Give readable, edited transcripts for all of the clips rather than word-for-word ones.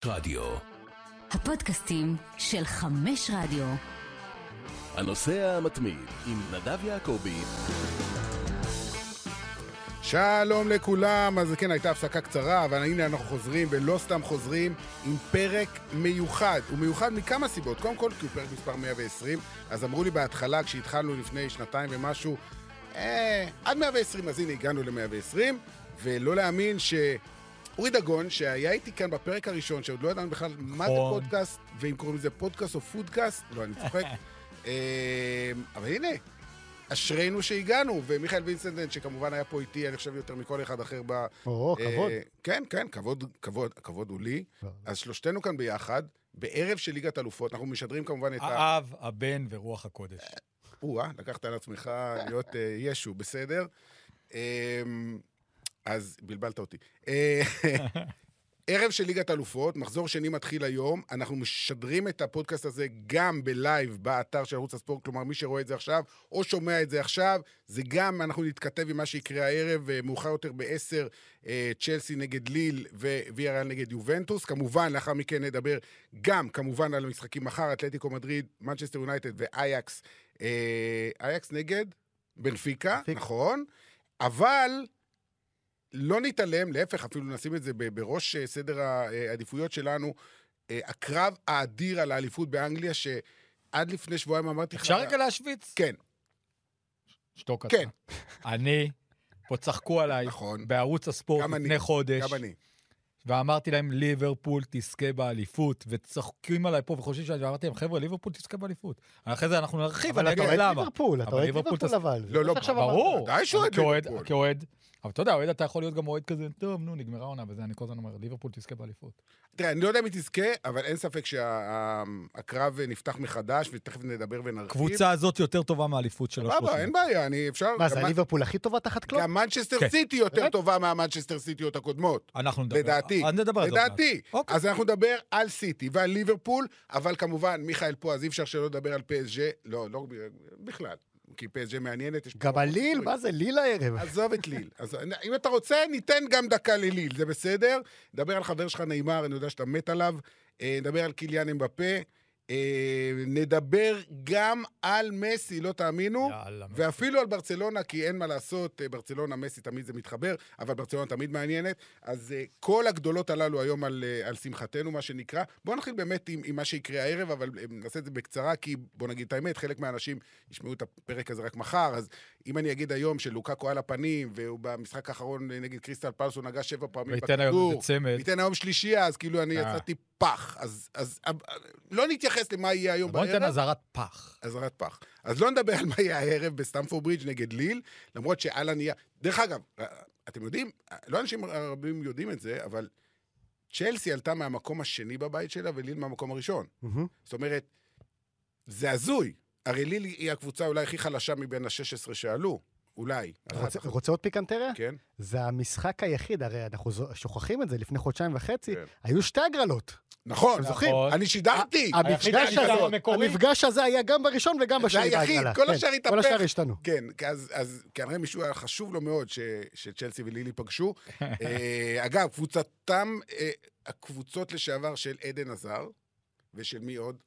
רדיו. הפודקאסטים של 5 רדיו. הנוסע המתמיד עם נדב יעקבי. שלום לכולם. אז כן, הייתה הפסקה קצרה, אבל הנה אנחנו חוזרים, ולא סתם חוזרים, עם פרק מיוחד. הוא מיוחד מכמה סיבות. קודם כל, כי הוא פרק מספר 120, אז אמרו לי בהתחלה, כשהתחלנו לפני שנתיים ומשהו, עד 120, אז הנה הגענו ל-120, ולא להאמין אורי דגון, שהיה איתי כאן בפרק הראשון, שעוד לא ידענו בכלל מה זה פודקאסט, ואם קוראים לזה פודקאסט או פודקאסט, לא, אני צוחק. אבל הנה, אשרינו שהגענו, ומיכאל וינסנדן, שכמובן היה פה איתי, אני חושב יותר מכל אחד אחר כבוד. כן, כבוד הוא לי. אז שלושתנו כאן ביחד, בערב של ליגת אלופות, אנחנו משדרים כמובן את האב, הבן ורוח הקודש. לקחת על עצמך להיות ישו, בסדר? אז בלבלת אותי. ערב של ליגת אלופות, מחזור שני מתחיל היום, אנחנו משדרים את הפודקאסט הזה גם בלייב באתר של ערוץ הספורט, כלומר מי שרואה את זה עכשיו או שומע את זה עכשיו, זה גם אנחנו נתכתב עם מה שיקרה הערב, מאוחר יותר ב-10, צ'לסי נגד ליל וויאריאל נגד יובנטוס, כמובן לאחר מכן נדבר גם כמובן על המשחקים מחר, אתלטיקו מדריד, מנצ'סטר יונייטד ואייקס, אייקס נגד בנפיקה, נכון, אבל לא נתעלם, להפך, אפילו נשים את זה בראש סדר העדיפויות שלנו, הקרב האדיר על האליפות באנגליה, שעד לפני שבועיים אמרתי... אפשר רגע להשוויץ? כן. שתוק אתה. כן. אני, פה צחקו עליי, נכון. בערוץ הספורט לפני חודש. גם אני. ואמרתי להם, ליברפול תזכה באליפות, וצחקים עליי פה וחושבים שאמרתי להם, חבר'ה, ליברפול תזכה באליפות. אחרי זה אנחנו נרחיב, אני אגיד למה. אתה אוהד ליברפול אבל. לא, ברור. די שאוהד ליברפול. כאוהד. אבל אתה יודע, אוהד אתה יכול להיות גם אוהד כזה, טוב, נו, נגמרה עונה, וזה אני כל הזמן אומר, ליברפול תזכה באליפות. תראה, אני לא יודע אם היא תזכה, אבל אין ספק שהקרב נפתח מחדש, ותכף נדבר ונרחיב. קבוצה הזאת יותר טובה מהאליפות של ה-30. אין בעיה, אפשר... מה, זה הליברפול הכי טובה תחת קלופ? גם מנצ'סטר סיטי יותר טובה מהמנצ'סטר סיטיות הקודמות. אנחנו נדבר. לדעתי. אז אנחנו נדבר על סיטי ועל ליברפול, אבל כמובן, מיכאל פה, אז אי אפשר שלא לדבר על PSG, לא, בכלל. כי PSG מעניינת. גם על ליל, מה זה? ליל הערב. עזוב את ליל. אם אתה רוצה, ניתן גם דקה לליל, זה בסדר? נדבר על חבר שלך נאמר, אני יודע שאתה מת עליו, נדבר על קיליאן אמבפה, נדבר גם על מסי, לא תאמינו, ואפילו על ברצלונה, כי אין מה לעשות, ברצלונה, מסי תמיד זה מתחבר, אבל ברצלונה תמיד מעניינת, אז כל הגדולות הללו היום על שמחתנו, מה שנקרא. בואו נתחיל באמת עם מה שיקרה הערב, אבל נעשה את זה בקצרה, כי בואו נגיד את האמת, חלק מהאנשים ישמעו את הפרק הזה רק מחר, אז אם אני אגיד היום שלוקאקו על הפנים, והוא במשחק האחרון נגד קריסטל פלס, הוא נגע 7 פעמים בכדור, ויתן היום שלישייה, אז כאילו אני יצאתי פח, אז לא נתייחס למה יהיה היום בערב. בוא ניתן אזהרת פח. אזהרת פח. אז לא נדבר על מה יהיה הערב בסטמפורד ברידג' נגד ליל, למרות שעל הנייר... דרך אגב, אתם יודעים, לא אנשים רבים יודעים את זה, אבל צ'לסי עלתה מהמקום השני בבית שלה, וליל מהמקום הראשון. זאת אומרת, זה הזוי. הרי ליל היא הקבוצה אולי הכי חלשה מבין ה-16 שעלו. אולי. רוצה עוד פיקנטריה? כן. זה המשחק היחיד, הרי אנחנו שוכחים את זה לפני חודשיים וחצי, היו 2 הגרלות. נכון, אני שידרתי. המפגש הזה היה גם בראשון וגם בשני בהגרלה. זה היחיד, כל השאר התהפך. כל השאר השתנו. כן, אז כנראה מישהו היה חשוב לו מאוד שצ'לסי ולילי פגשו. אגב, הקבוצות לשעבר של עדן עזר, ושל מי עוד?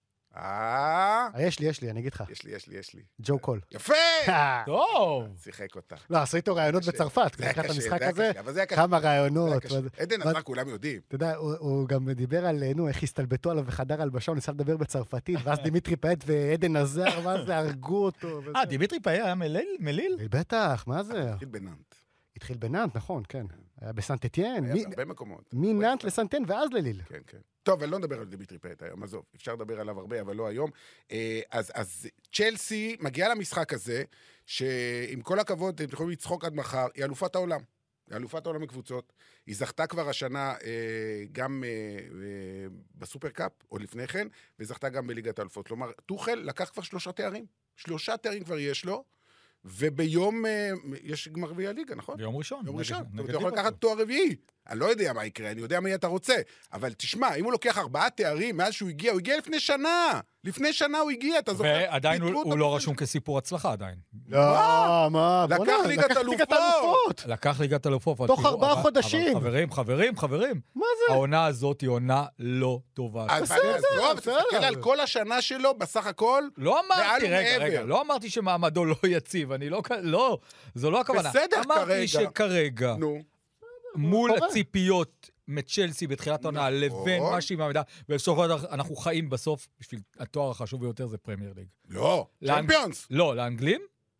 יש לי, אני אגיד לך. יש לי. ג'ו קול. יפה! טוב. שיחק אותה. לא, עשו איתו רעיונות בצרפת. לקראת המשחק הזה, כמה רעיונות. עדן עזר, כולם יודעים. אתה יודע, הוא גם דיבר על, איך הסתלבטו עליו בחדר הלבשה, הוא ניסה לדבר בצרפתית, ואז דימיטרי פאט ועדן עזר, מה זה, הרגו אותו. דימיטרי פאט היה מליל? בטח, מה זה? התחיל בנאנט, נכון, כן. היה בסנט אתיין. היה הרבה מקומות. מנאנט לסנט אתיין ואז לליל. כן, כן. טוב, אני לא מדבר על דימיטרי פאט היום, עזוב, אפשר לדבר עליו הרבה, אבל לא היום. אז צ'לסי מגיעה למשחק הזה, שעם כל הכבוד, אתם יכולים לצחוק עד מחר, היא אלופת העולם. היא אלופת העולם מקבוצות. היא זכתה כבר השנה גם בסופר קאפ, או לפני כן, וזכתה גם בליגת האלופות. כלומר, טוחל לקח כבר 3 תארים. 3 תארים כבר יש לו, וביום, יש גמר גביע הליגה, נכון? ביום ראשון. יום ראשון. אתה יכול לקחת תואר רביעי. אני לא יודע מה יקרה, אני יודע מה אתה רוצה. אבל תשמע, אם הוא לוקח 4 תארים מאז שהוא הגיע, הוא הגיע לפני שנה. לפני שנה הוא הגיע, אתה זוכר? ועדיין הוא לא רשום כסיפור הצלחה עדיין. לא, מה? לקח ליגת אלופות. לקח ליגת אלופות. תוך 4 חודשים. אבל חברים. מה זה? העונה הזאת היא עונה לא טובה. בסדר. תסתכל על כל השנה שלו, בסך הכל, לא אמרתי, רגע, לא אמרתי שמעמדו לא יציב, לא, זו לא הכוונה. בסדר, כרגע. אמרתי שכרגע, מול הציפיות מצ'לסי בתחילת העונה, לבין מה שהיא מעמדה, ובסופו של דבר אנחנו חיים בסוף, בשביל התואר החשוב ביותר זה פרמייר ליג. לא, צ'מפיונס. לא, לאנגלים?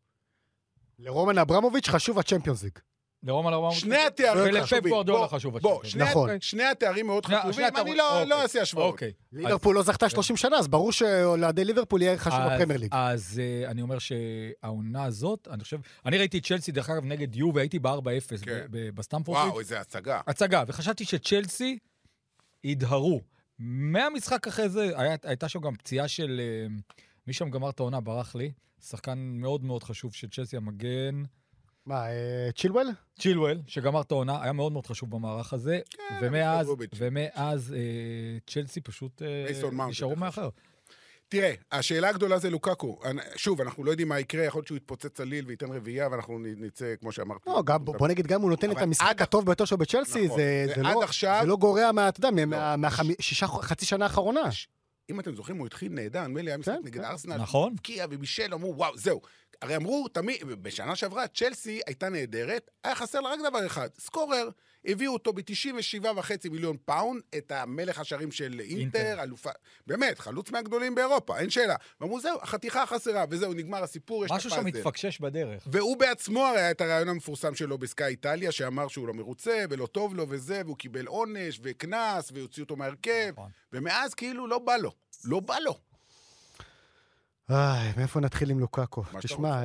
לרומן אברמוביץ' חשוב הצ'מפיונס ליג. לרומן אברמוביץ'. שני התארים חשובים. ולפפ גוארדיולה חשוב הצ'מפיונס ליג. נכון. שני התארים מאוד חשובים, אני לא אעשה השוואות. ליברפול לא זכתה 30 שנה, אז ברור שלעדי ליברפול יהיה חשוב בפרמייר ליג. אז אני אומר שהעונה הזאת, אני ראיתי את צ'לסי, דרך אגב, נגד יו, והייתי ב-4-0 בסטמפורד. וואו, איזה הצגה. הצגה, וחשבתי שצ'לסי ידהרו. מהמשחק אחרי זה, הייתה שם גם פציעה של מי שם גמר את העונה, ברח לי, שחקן מאוד מאוד חשוב של צ'לסי, המגן. מה, צ'ילואל? צ'ילואל, שגמר את העונה, היה מאוד מאוד חשוב במערך הזה, ומאז צ'לסי פשוט נשארו מאחר. תראה, השאלה הגדולה זה לוקאקו. שוב, אנחנו לא יודעים מה יקרה, יכול להיות שהוא יתפוצץ צליל וייתן רביעייה, ואנחנו נצא, כמו שאמרתי. לא, בוא נגיד, גם הוא נותן את המשחק הטוב ביותר שלו בצ'לסי, זה לא גורע חצי שנה האחרונה. אם אתם זוכרים, הוא התחיל נהדר, נדמה לי היה משחק נגד ארסנל, נכון. פקיע ובישל, אמרו, וואו, זהו. הרי אמרו, תמיד, בשנה שעברה, צ'לסי הייתה נהדרת, היה חסר לה רק דבר אחד, סקורר, הביאו אותו ב-97.5 מיליון פאונד, את המלך השערים של אינטר, אלופה, באמת, חלוץ מהגדולים באירופה, אין שאלה. ואמרו, זהו, החתיכה חסרה, וזהו, נגמר הסיפור, יש את הפאזל. משהו שמתפקשש בדרך. והוא בעצמו היה את הרעיון המפורסם שלו בסקאי איטליה, שאמר שהוא לא מרוצה, ולא טוב לו וזה, והוא קיבל עונש וקנס, והוציא אותו מהרכב, ומאז כאילו לא בא לו. לא בא לו. מאיפה נתחיל עם לוקאקו? תשמע,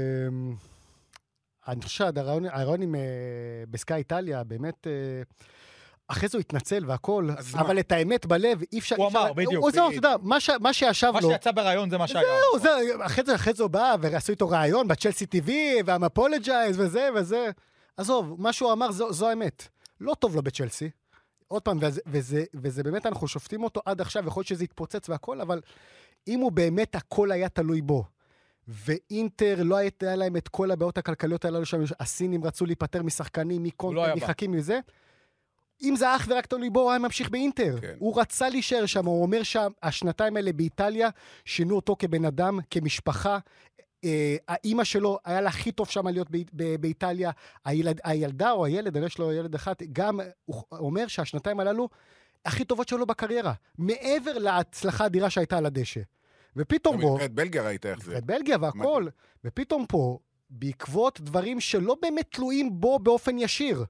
אני חושב שהרעיון עם בסקאי איטליה, באמת, אחרי זה הוא התנצל והכל, אבל את האמת בלב, אי אפשר... הוא אמר, בדיוק. אתה יודע, מה שישב לו... מה שיצא ברעיון זה מה שהיה. זהו, אחרי זה הוא בא, ועשו איתו רעיון בצ'לסי טיווי, והמפולג'ייז וזה. עזוב, מה שהוא אמר זו האמת. לא טוב לו בצ'לסי. עוד פעם, וזה באמת, אנחנו שופטים אותו עד עכשיו, יכול להיות שזה יתפוצץ והכל, אבל אם הוא באמת הכל היה תלוי בו, ואינטר לא היה להם את כל הבעיות הכלכליות האלו שם, הסינים רצו להיפטר משחקנים, מקונטר, מחכים מזה, אם זה אך ורק תלוי בו, הוא היה ממשיך באינטר. כן. הוא רצה להישאר שם, הוא אומר שהשנתיים האלה באיטליה, שינו אותו כבן אדם, כמשפחה, האמא שלו היה לה הכי טוב שם להיות באיטליה, הילדה או הילד, יש לו ילד אחד, גם הוא אומר שהשנתיים הללו הכי טובות שלו בקריירה, מעבר להצלחה האדירה שהייתה על הדשא. ופתאום בו... נבחרת בלגיה ראית איך זה. נבחרת בלגיה והכל, ופתאום פה, בעקבות דברים שלא באמת תלויים בו באופן ישיר,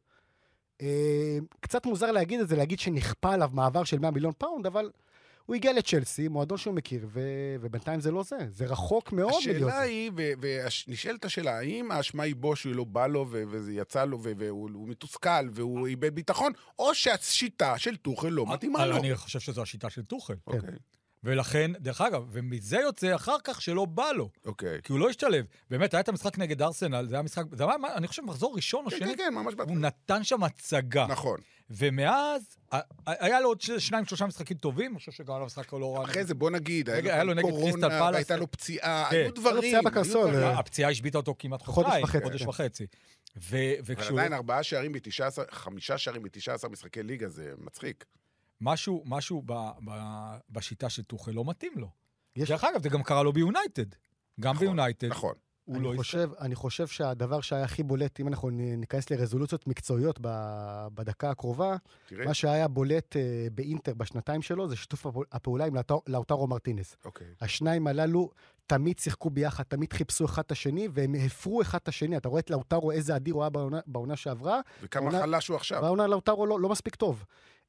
קצת מוזר להגיד את זה, להגיד שנכפה עליו מעבר של 100 מיליון פאונד, אבל... הוא הגיע לצ'לסי, מועדון שהוא מכיר, ובינתיים זה לא זה. זה רחוק מאוד מלהיות זה. השאלה היא, ונשאלת השאלה, האם האשמה היא בו שהוא לא בא לו, וזה יצא לו, והוא מתוסכל, והוא איבד ביטחון, או שהשיטה של טוחל לא מתאימה לו? אני חושב שזו השיטה של טוחל. ולכן, דרך אגב, ומזה יוצא אחר כך שלא בא לו. כי הוא לא השתלב. באמת, היה את המשחק נגד ארסנל, זה היה משחק, אני חושב, מחזור ראשון או שני. כן, ממש בהתחלה. הוא נתן שם הצגה. נכון. ומאז, היה לו עוד 2-3 משחקים טובים, אני חושב שגם על המשחק לא רע. אחרי זה בוא נגיד, היה לו נגד קריסטל פלאס. הייתה לו פציעה, היו דברים. הפציעה השביתה אותו כמעט חודש וחצי. אבל עדיין 4 שערים ב-19, 5 שערים ב-19 משחקי ליגה, זה מצחיק. משהו בשיטה של טוחל לא מתאים לו. דרך אגב, זה גם קרה לו ביונייטד. גם ביונייטד. נכון. אני חושב שהדבר שהיה הכי בולט, אם אנחנו ניכנס לרזולוציות מקצועיות בדקה הקרובה, מה שהיה בולט באינטר בשנתיים שלו, זה שיתוף הפעולה עם לאוטרו מרטינס. השניים הללו תמיד שיחקו ביחד, תמיד חיפשו אחד את השני, והם הפרו אחד את השני. אתה רואה את לאוטרו איזה אדיר הוא היה בעונה שעברה. וכמה חלש הוא עכשיו. בעונה לאוטרו לא מספיק טוב.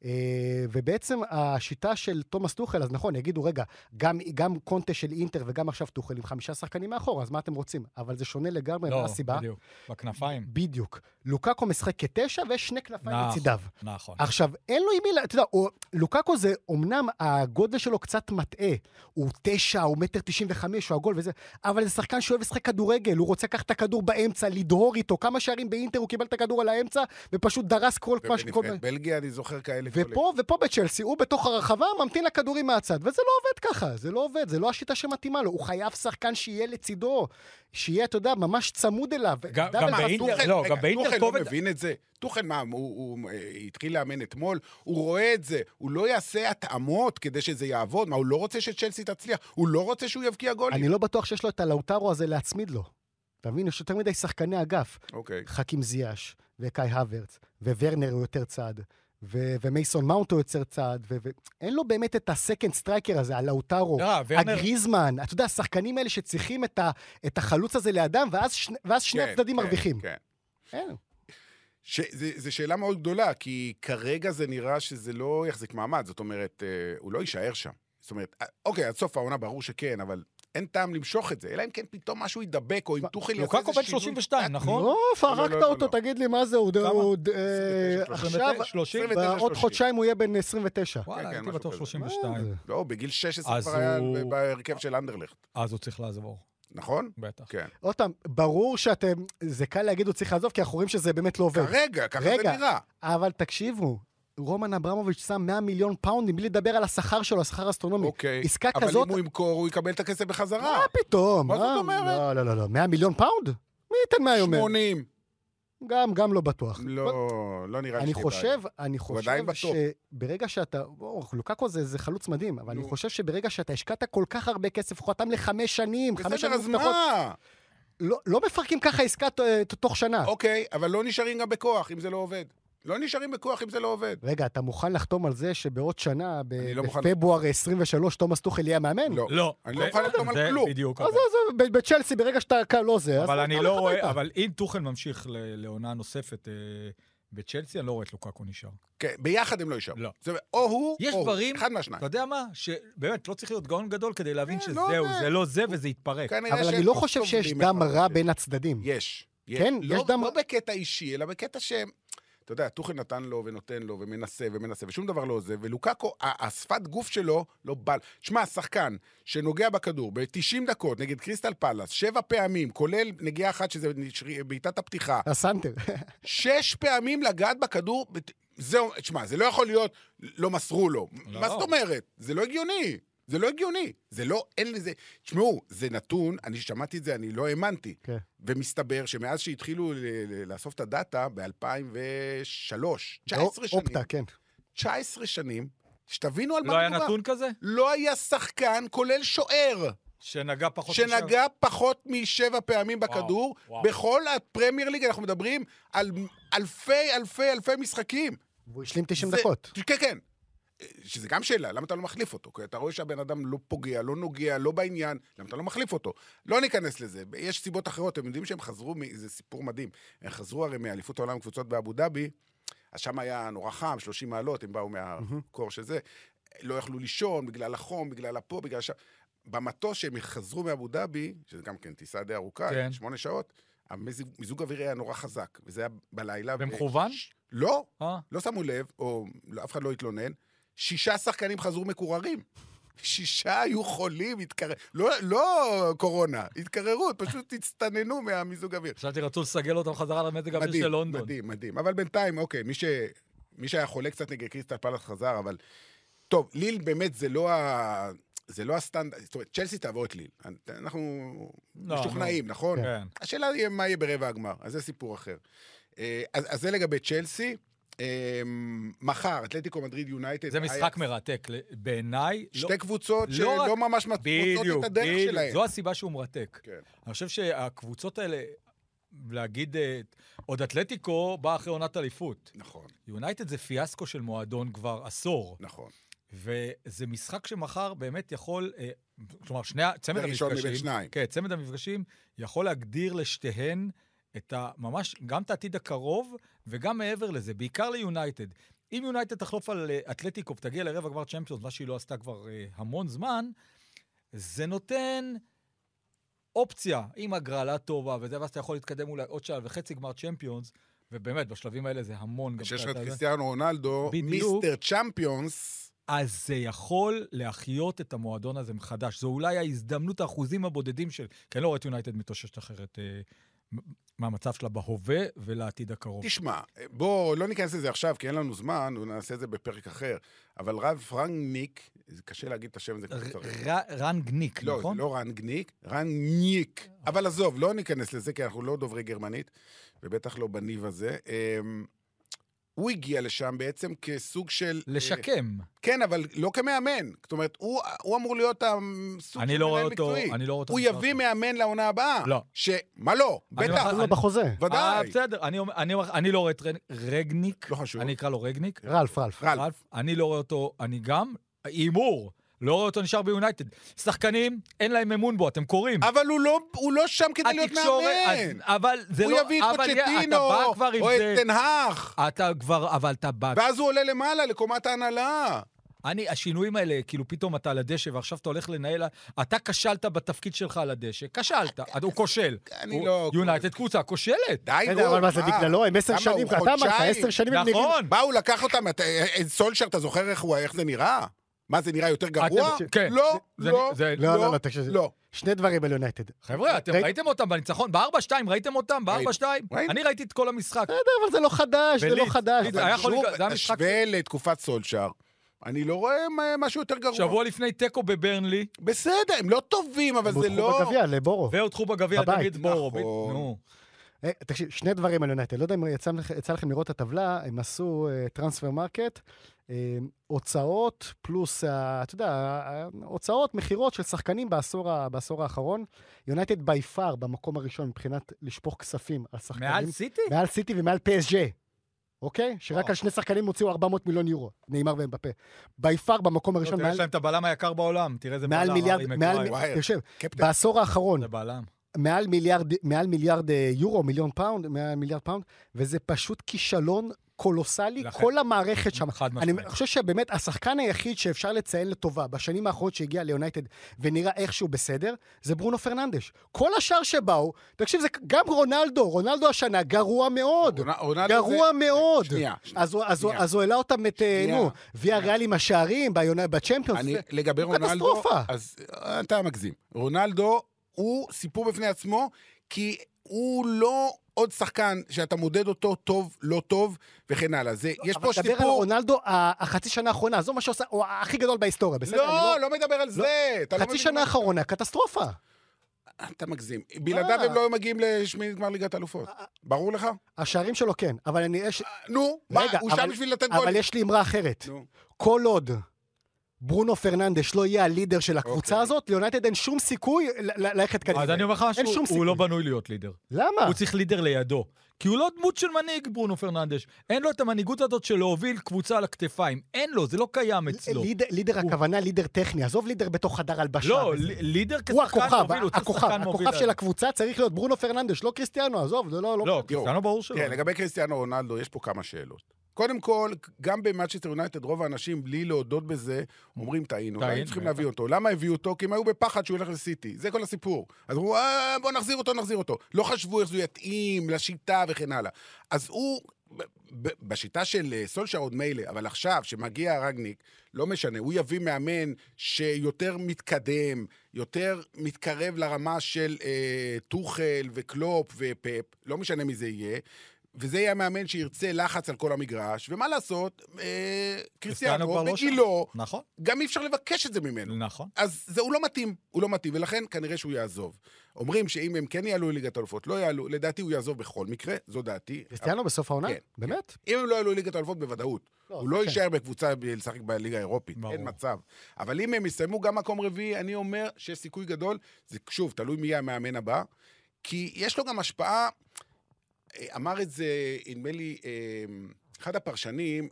ובעצם השיטה של תומאס טוחל, אז נכון, יגידו, רגע, גם קונטה של אינטר וגם עכשיו טוחל עם 5 שחקנים מאחור, אז מה אתם רוצים? אבל זה שונה לגמרי מהסיבה. לא, בדיוק, בכנפיים. בדיוק. לוקאקו משחק כ9 ויש 2 כנפיים לצידיו. נכון. עכשיו, אין לו עם מי, אתה יודע, לוקאקו זה, אמנם הגודל שלו קצת מטעה, הוא 9, הוא 1.95, הוא עגול וזה, אבל זה שחקן שאוהב לשחק כדורגל, הוא רוצה לקחת את הכדור באמצע, לדהור איתו, כמה שערים באינטר הוא קיבל את הכדור על האמצע, ופשוט דרס כל... בלגיה, אני זוכר כאלה. ופה בצ'לסי, הוא בתוך הרחבה, ממתין לכדורים מהצד, וזה לא עובד ככה, זה לא עובד, זה לא השיטה שמתאימה לו, הוא חייב שחקן שיהיה לצידו, שיהיה, אתה יודע, ממש צמוד אליו. גם באינטר טוחל לא מבין את זה. טוחל מה, הוא התחיל לאמן אתמול, הוא רואה את זה, הוא לא יעשה התאמות כדי שזה יעבוד, מה, הוא לא רוצה שצ'לסי תצליח, הוא לא רוצה שהוא יבקיע גולים. אני לא בטוח שיש לו את הלאוטרו הזה להצמיד לו. אתה מבין, יש יותר מדי שחקני אגף. חכים זיאש, וקאי הוורץ, וורנר הוא יותר צעד. ומייסון מאונט הוא יוצר צעד, ואין לו באמת את הסקנד סטרייקר הזה, הלאוטרו, הגריזמן, אתה יודע, השחקנים האלה שצריכים את החלוץ הזה לאדם, ואז שני הצדדים מרוויחים. זו שאלה מאוד גדולה, כי כרגע זה נראה שזה לא יחזיק מעמד, זאת אומרת, הוא לא יישאר שם. זאת אומרת, אוקיי, עד סוף העונה ברור שכן, אבל אין טעם למשוך את זה, אלא אם כן פתאום משהו ידבק, או אם טוחל יעשה לוקאקו בן 32, נכון? לא, פרקת אותו, תגיד לי מה זה, הוא עכשיו, בעוד חודשיים הוא יהיה בן 29. וואלה, הייתי בטוח 32. לא, בגיל 16 כבר היה בהרכב של אנדרלכט. אז הוא צריך לעזור. נכון? בטח. כן. עוד פעם, ברור זה קל להגיד הוא צריך לעזוב, כי אנחנו רואים שזה באמת לא עובד. כרגע, ככה זה נראה. אבל תקשיבו, רומן אברמוביץ' שם 100 מיליון פאונדים, בלי לדבר על השכר שלו, השכר האסטרונומי. אוקיי, עסקה אבל כזאת... אם הוא ימכור, הוא יקבל את הכסף בחזרה. מה פתאום? מה זאת אומרת? לא, 100 מיליון פאונד? מי ייתן 100 יומר? 80. גם לא בטוח. לא נראה לי אני חושב שברגע שאתה... לוקאקו זה חלוץ מדהים, אבל אני חושב שברגע שאתה השקעת כל כך הרבה כסף, חותם ל5 שנים, 5 שנים מובטחות... לא מפרקים ככה עסקה תוך שנה. אוקיי, אבל לא נשארים גם בכוח אם זה לא עובד. לא נשארים בכוח אם זה לא עובד. רגע, אתה מוכן לחתום על זה שבעוד שנה, בפברואר 23, תומאס טוחל יהיה מאמן? לא. אני לא מוכן לחתום על כלום. אז בצ'לסי, ברגע שאתה לא זה, אבל אני לא רואה, אבל אם טוחל ממשיך לעונה נוספת בצ'לסי, אני לא רואה את לוקאקו נשאר. כן, ביחד הם לא יישארו. לא. או הוא, יש דברים, אחד מהשניים. אתה יודע מה? שבאמת לא צריך להיות גאון גדול כדי להבין שזהו, זה לא זה וזה יתפרק. אבל אני לא חושב שיש דם רע בין הצדדים. יש. כן, יש דם... לא בקטע אישי, אלא בקטע אתה יודע, טוחל נתן לו ונותן לו ומנסה, ושום דבר לא עוזב, ולוקאקו, השפת גוף שלו לא בל. שמע, השחקן שנוגע בכדור ב-90 דקות נגד קריסטל פלאס, 7 פעמים, כולל נגיעה אחת שזה בעיטת הפתיחה. הסנטר. 6 פעמים לגעת בכדור, זהו, שמע, זה לא יכול להיות, לא מסרו לו. מה זאת אומרת? זה לא הגיוני. זה לא הגיוני, זה לא, אין לזה, תשמעו, זה נתון, אני שמעתי את זה, אני לא האמנתי, ומסתבר שמאז שהתחילו לאסוף את הדאטה, ב-2003, 19 שנים, 19 שנים, שתבינו על מה מדובר. לא היה נתון כזה? לא היה שחקן, כולל שוער, שנגע פחות מ7 פעמים בכדור, בכל הפרמייר ליג אנחנו מדברים על אלפי משחקים. והוא השלים 90 דקות. כן. שזה גם שאלה, למה אתה לא מחליף אותו? כי אתה רואה שהבן אדם לא פוגע, לא נוגע, לא בעניין, למה אתה לא מחליף אותו? לא ניכנס לזה, יש סיבות אחרות, הם יודעים שהם חזרו, זה סיפור מדהים, הם חזרו הרי מאליפות העולם קבוצות באבו דאבי, אז שם היה נורא חם, 30 מעלות, הם באו מהקור שזה, לא יכלו לישון בגלל החום, בגלל הפה, בגלל שם, במטוס שהם חזרו מאבו דאבי, שזה גם כן טיסה די ארוכה, 8 שעות, המיזוג אוויר היה נורא חזק, וזה היה בלילה. במכוון? לא, לא שמו לב, או אף אחד לא התלונן, 6 שחקנים חזרו מקוררים. 6 היו חולים, לא קורונה, התקררות, פשוט הצטננו מהמיזוג אוויר. חשבתי רצו לסגל אותם חזרה למזג האוויר של לונדון. מדהים. אבל בינתיים, אוקיי, מי שהיה חולה קצת נגד קריסטל פלאס חזר, אבל טוב, ליל באמת זה לא הסטנדרט, זאת אומרת, צ'לסי תעבור את ליל. אנחנו משוכנעים, נכון? השאלה היא מה יהיה ברבע הגמר, אז זה סיפור אחר. אז זה לגבי צ'לסי. מחר, אתלטיקו מדריד יונייטד. זה משחק מרתק, בעיניי. שתי קבוצות שלא ממש מוצאות את הדרך שלהם. זו הסיבה שהוא מרתק. אני חושב שהקבוצות האלה, להגיד, עוד אתלטיקו בא אחרי עונת אליפות. נכון. יונייטד זה פיאסקו של מועדון כבר עשור. נכון. וזה משחק שמחר באמת יכול, כלומר, צמד המפגשים יכול להגדיר לשתיהן ממש גם את העתיד הקרוב, וגם מעבר לזה, בעיקר ליונייטד. אם יונייטד תחלוף על אתלטיקו, תגיע לרבע גמר צ'מפיונס, מה שהיא לא עשתה כבר המון זמן, זה נותן אופציה, עם הגרלה טובה, וזה, ואז אתה יכול להתקדם אולי עוד שעה וחצי גמר צ'מפיונס, ובאמת, בשלבים האלה זה המון. כשיש לך את קריסטיאנו רונלדו, בדיוק. מיסטר צ'מפיונס, אז זה יכול להחיות את המועדון הזה מחדש. זו אולי ההזדמנות האחוזים הבודדים של... כי אני לא רואה את יונייטד מתאוששת אחרת מהמצב שלה בהווה ולעתיד הקרוב. תשמע, בוא לא ניכנס לזה עכשיו, כי אין לנו זמן, ונעשה את זה בפרק אחר, אבל רב רנגניק, זה קשה להגיד את השם הזה כמו שצריך. רנגניק, לא, נכון? זה לא רנגניק, רנגניק. אבל עזוב, לא ניכנס לזה, כי אנחנו לא דוברי גרמנית, ובטח לא בניב הזה. הוא הגיע לשם בעצם כסוג של... לשקם. כן, אבל לא כמאמן. זאת אומרת, הוא אמור להיות הסוג של מנהל מקצועי. אני לא רואה אותו. הוא יביא מאמן לעונה הבאה. לא. מה לא? בטח. הוא לא בחוזה. ודאי. בסדר, אני לא רואה את רגניק. לא חשוב. אני אקרא לו רגניק. רלף. אני לא רואה אותו, אני גם, אימור. לא רואה אותו נשאר ביונייטד. שחקנים, אין להם אמון בו, אתם קוראים. אבל הוא לא שם כדי להיות מאמן. אבל זה לא... הוא יביא את פוצ'טינו, או את תנהך. אבל אתה בא... ואז הוא עולה למעלה, לקומת ההנהלה. השינויים האלה, כאילו פתאום אתה על הדשא, ועכשיו אתה הולך לנהל... אתה כשלת בתפקיד שלך על הדשא. כשלת. הוא כושל. אני לא... יונייטד קבוצה כושלת. די, אבל מה זה בגללו? הם 10 שנים, אתה אמרת, 10 שנים הם נראים. נכון. מה, הוא לקח אותם? סולשר, אתה זוכר איך זה נראה? מה, זה נראה יותר גרוע? כן. לא, תקשיב. שני דברים על יונייטד. חבר'ה, אתם ראיתם אותם בניצחון? ב-4-2 ראיתם אותם? ב-4-2? אני ראיתי את כל המשחק. בסדר, אבל זה לא חדש, זה לא חדש. שוב, השווה לתקופת סולשר. אני לא רואה משהו יותר גרוע. שבוע לפני טקו בברנלי. בסדר, הם לא טובים, אבל זה לא... הודחו בגביע, לבורו. והודחו בגביע תמיד בורו. נכון. תקשיב, שני דברים על יונייטד. לא יודע אם יצא לכם לראות את הטבלה, הם עשו טרנספר מרקט, הוצאות פלוס, אתה יודע, הוצאות, מחירות של שחקנים בעשור האחרון. יונייטד בי פאר במקום הראשון מבחינת לשפוך כספים על שחקנים. מעל סיטי? מעל סיטי ומעל PSG. אוקיי? שרק על שני שחקנים הוציאו 400 מיליון יורו. נאמר ומבפה. בי פאר במקום הראשון. תראה להם את הבלם היקר בעולם. תראה איזה בלם. תרשב, בעשור האחרון. זה בלם. מעל מיליארד יורו, מיליארד פאונד, וזה פשוט כישלון קולוסלי, כל המערכת שם. אני חושב שבאמת השחקן היחיד שאפשר לציין לטובה בשנים האחרונות שהגיע ליונייטד ונראה איכשהו בסדר, זה ברונו פרננדש. כל השאר שבאו, תקשיב, זה גם רונלדו השנה, גרוע מאוד. גרוע מאוד. אז הוא העלה אותם את, ויה ריאל עם השערים, בצ'מפיונס. לגבי רונלדו, אז אתה מגזים. רונלדו הוא סיפור בפני עצמו, כי הוא לא עוד שחקן שאתה מודד אותו טוב, לא טוב, וכן הלאה. יש פה סיפור... מדבר על רונלדו החצי שנה האחרונה, זו מה שעושה, הוא הכי גדול בהיסטוריה, בסדר? לא מדבר על זה. חצי שנה האחרונה, קטסטרופה. אתה מגזים. בלעדיו הם לא מגיעים לשמינית גמר ליגת האלופות. ברור לך? השערים שלו כן, אבל אני... נו, הוא שם בשביל לתת גול. אבל יש לי אמרה אחרת. כל עוד ברונו פרננדש לא יהיה הלידר של הקבוצה הזאת, ליונייטד אין שום סיכוי ללכת קדימה. אז אני אומר לך שהוא לא בנוי להיות לידר. למה? הוא צריך לידר לידו. כי הוא לא דמות של מנהיג, ברונו פרננדש. אין לו את המנהיגות הזאת של להוביל קבוצה על הכתפיים. אין לו, זה לא קיים אצלו. לידר הכוונה לידר טכני. עזוב לידר בתוך חדר הלבשה. לא, לידר כשחקן מוביל. הוא הכוכב של הקבוצה צריך להיות ברונו פרננדש, לא קריסטיאנו, עזוב, זה לא... לא, קריסטיאנו ברור שלא. לגבי קריסטיאנו רונלדו, יש פה כמה שאלות. קודם כל, גם במאנצ'סטר יונייטד, רוב האנשים, בלי להודות בזה, אומרים, טעינו. לא צריכים להביא אותו. למה הביאו אותו? כי הם היו בפחד שהוא ילך לסיטי. זה כל הסיפור. אז אמרו, בוא נחזיר אותו. לא חשבו איך זה יתאים לשיטה וכן הלאה. אז הוא, בשיטה של סולשר עוד מילא, אבל עכשיו, שמגיע רגניק, לא משנה, הוא יביא מאמן שיותר מתקדם, יותר מתקרב לרמה של טוחל וקלופ ופפ, לא משנה מי זה יהיה, וזה יהיה המאמן שירצה לחץ על כל המגרש, ומה לעשות, קריסטיאנו בגילו, נכון. גם אי אפשר לבקש את זה ממנו. נכון. אז זה הוא לא מתאים, ולכן כנראה שהוא יעזוב. אומרים שאם הם כן יעלו לליגת האלופות, לא יעלו, לדעתי הוא יעזוב בכל מקרה, זו דעתי. קריסטיאנו בסוף העונה? כן. באמת? אם הם לא יעלו לליגת האלופות בוודאות, הוא לא יישאר בקבוצה לשחק בליגה האירופית, אין מצב. אבל אם הם יסיימו גם מקום רביעי, אני אומר שיש סיכוי גדול, זה שוב, תלוי מי יהיה המאמן הבא, כי יש לו גם השפעה. אמר את זה, נדמה לי, אחד הפרשנים,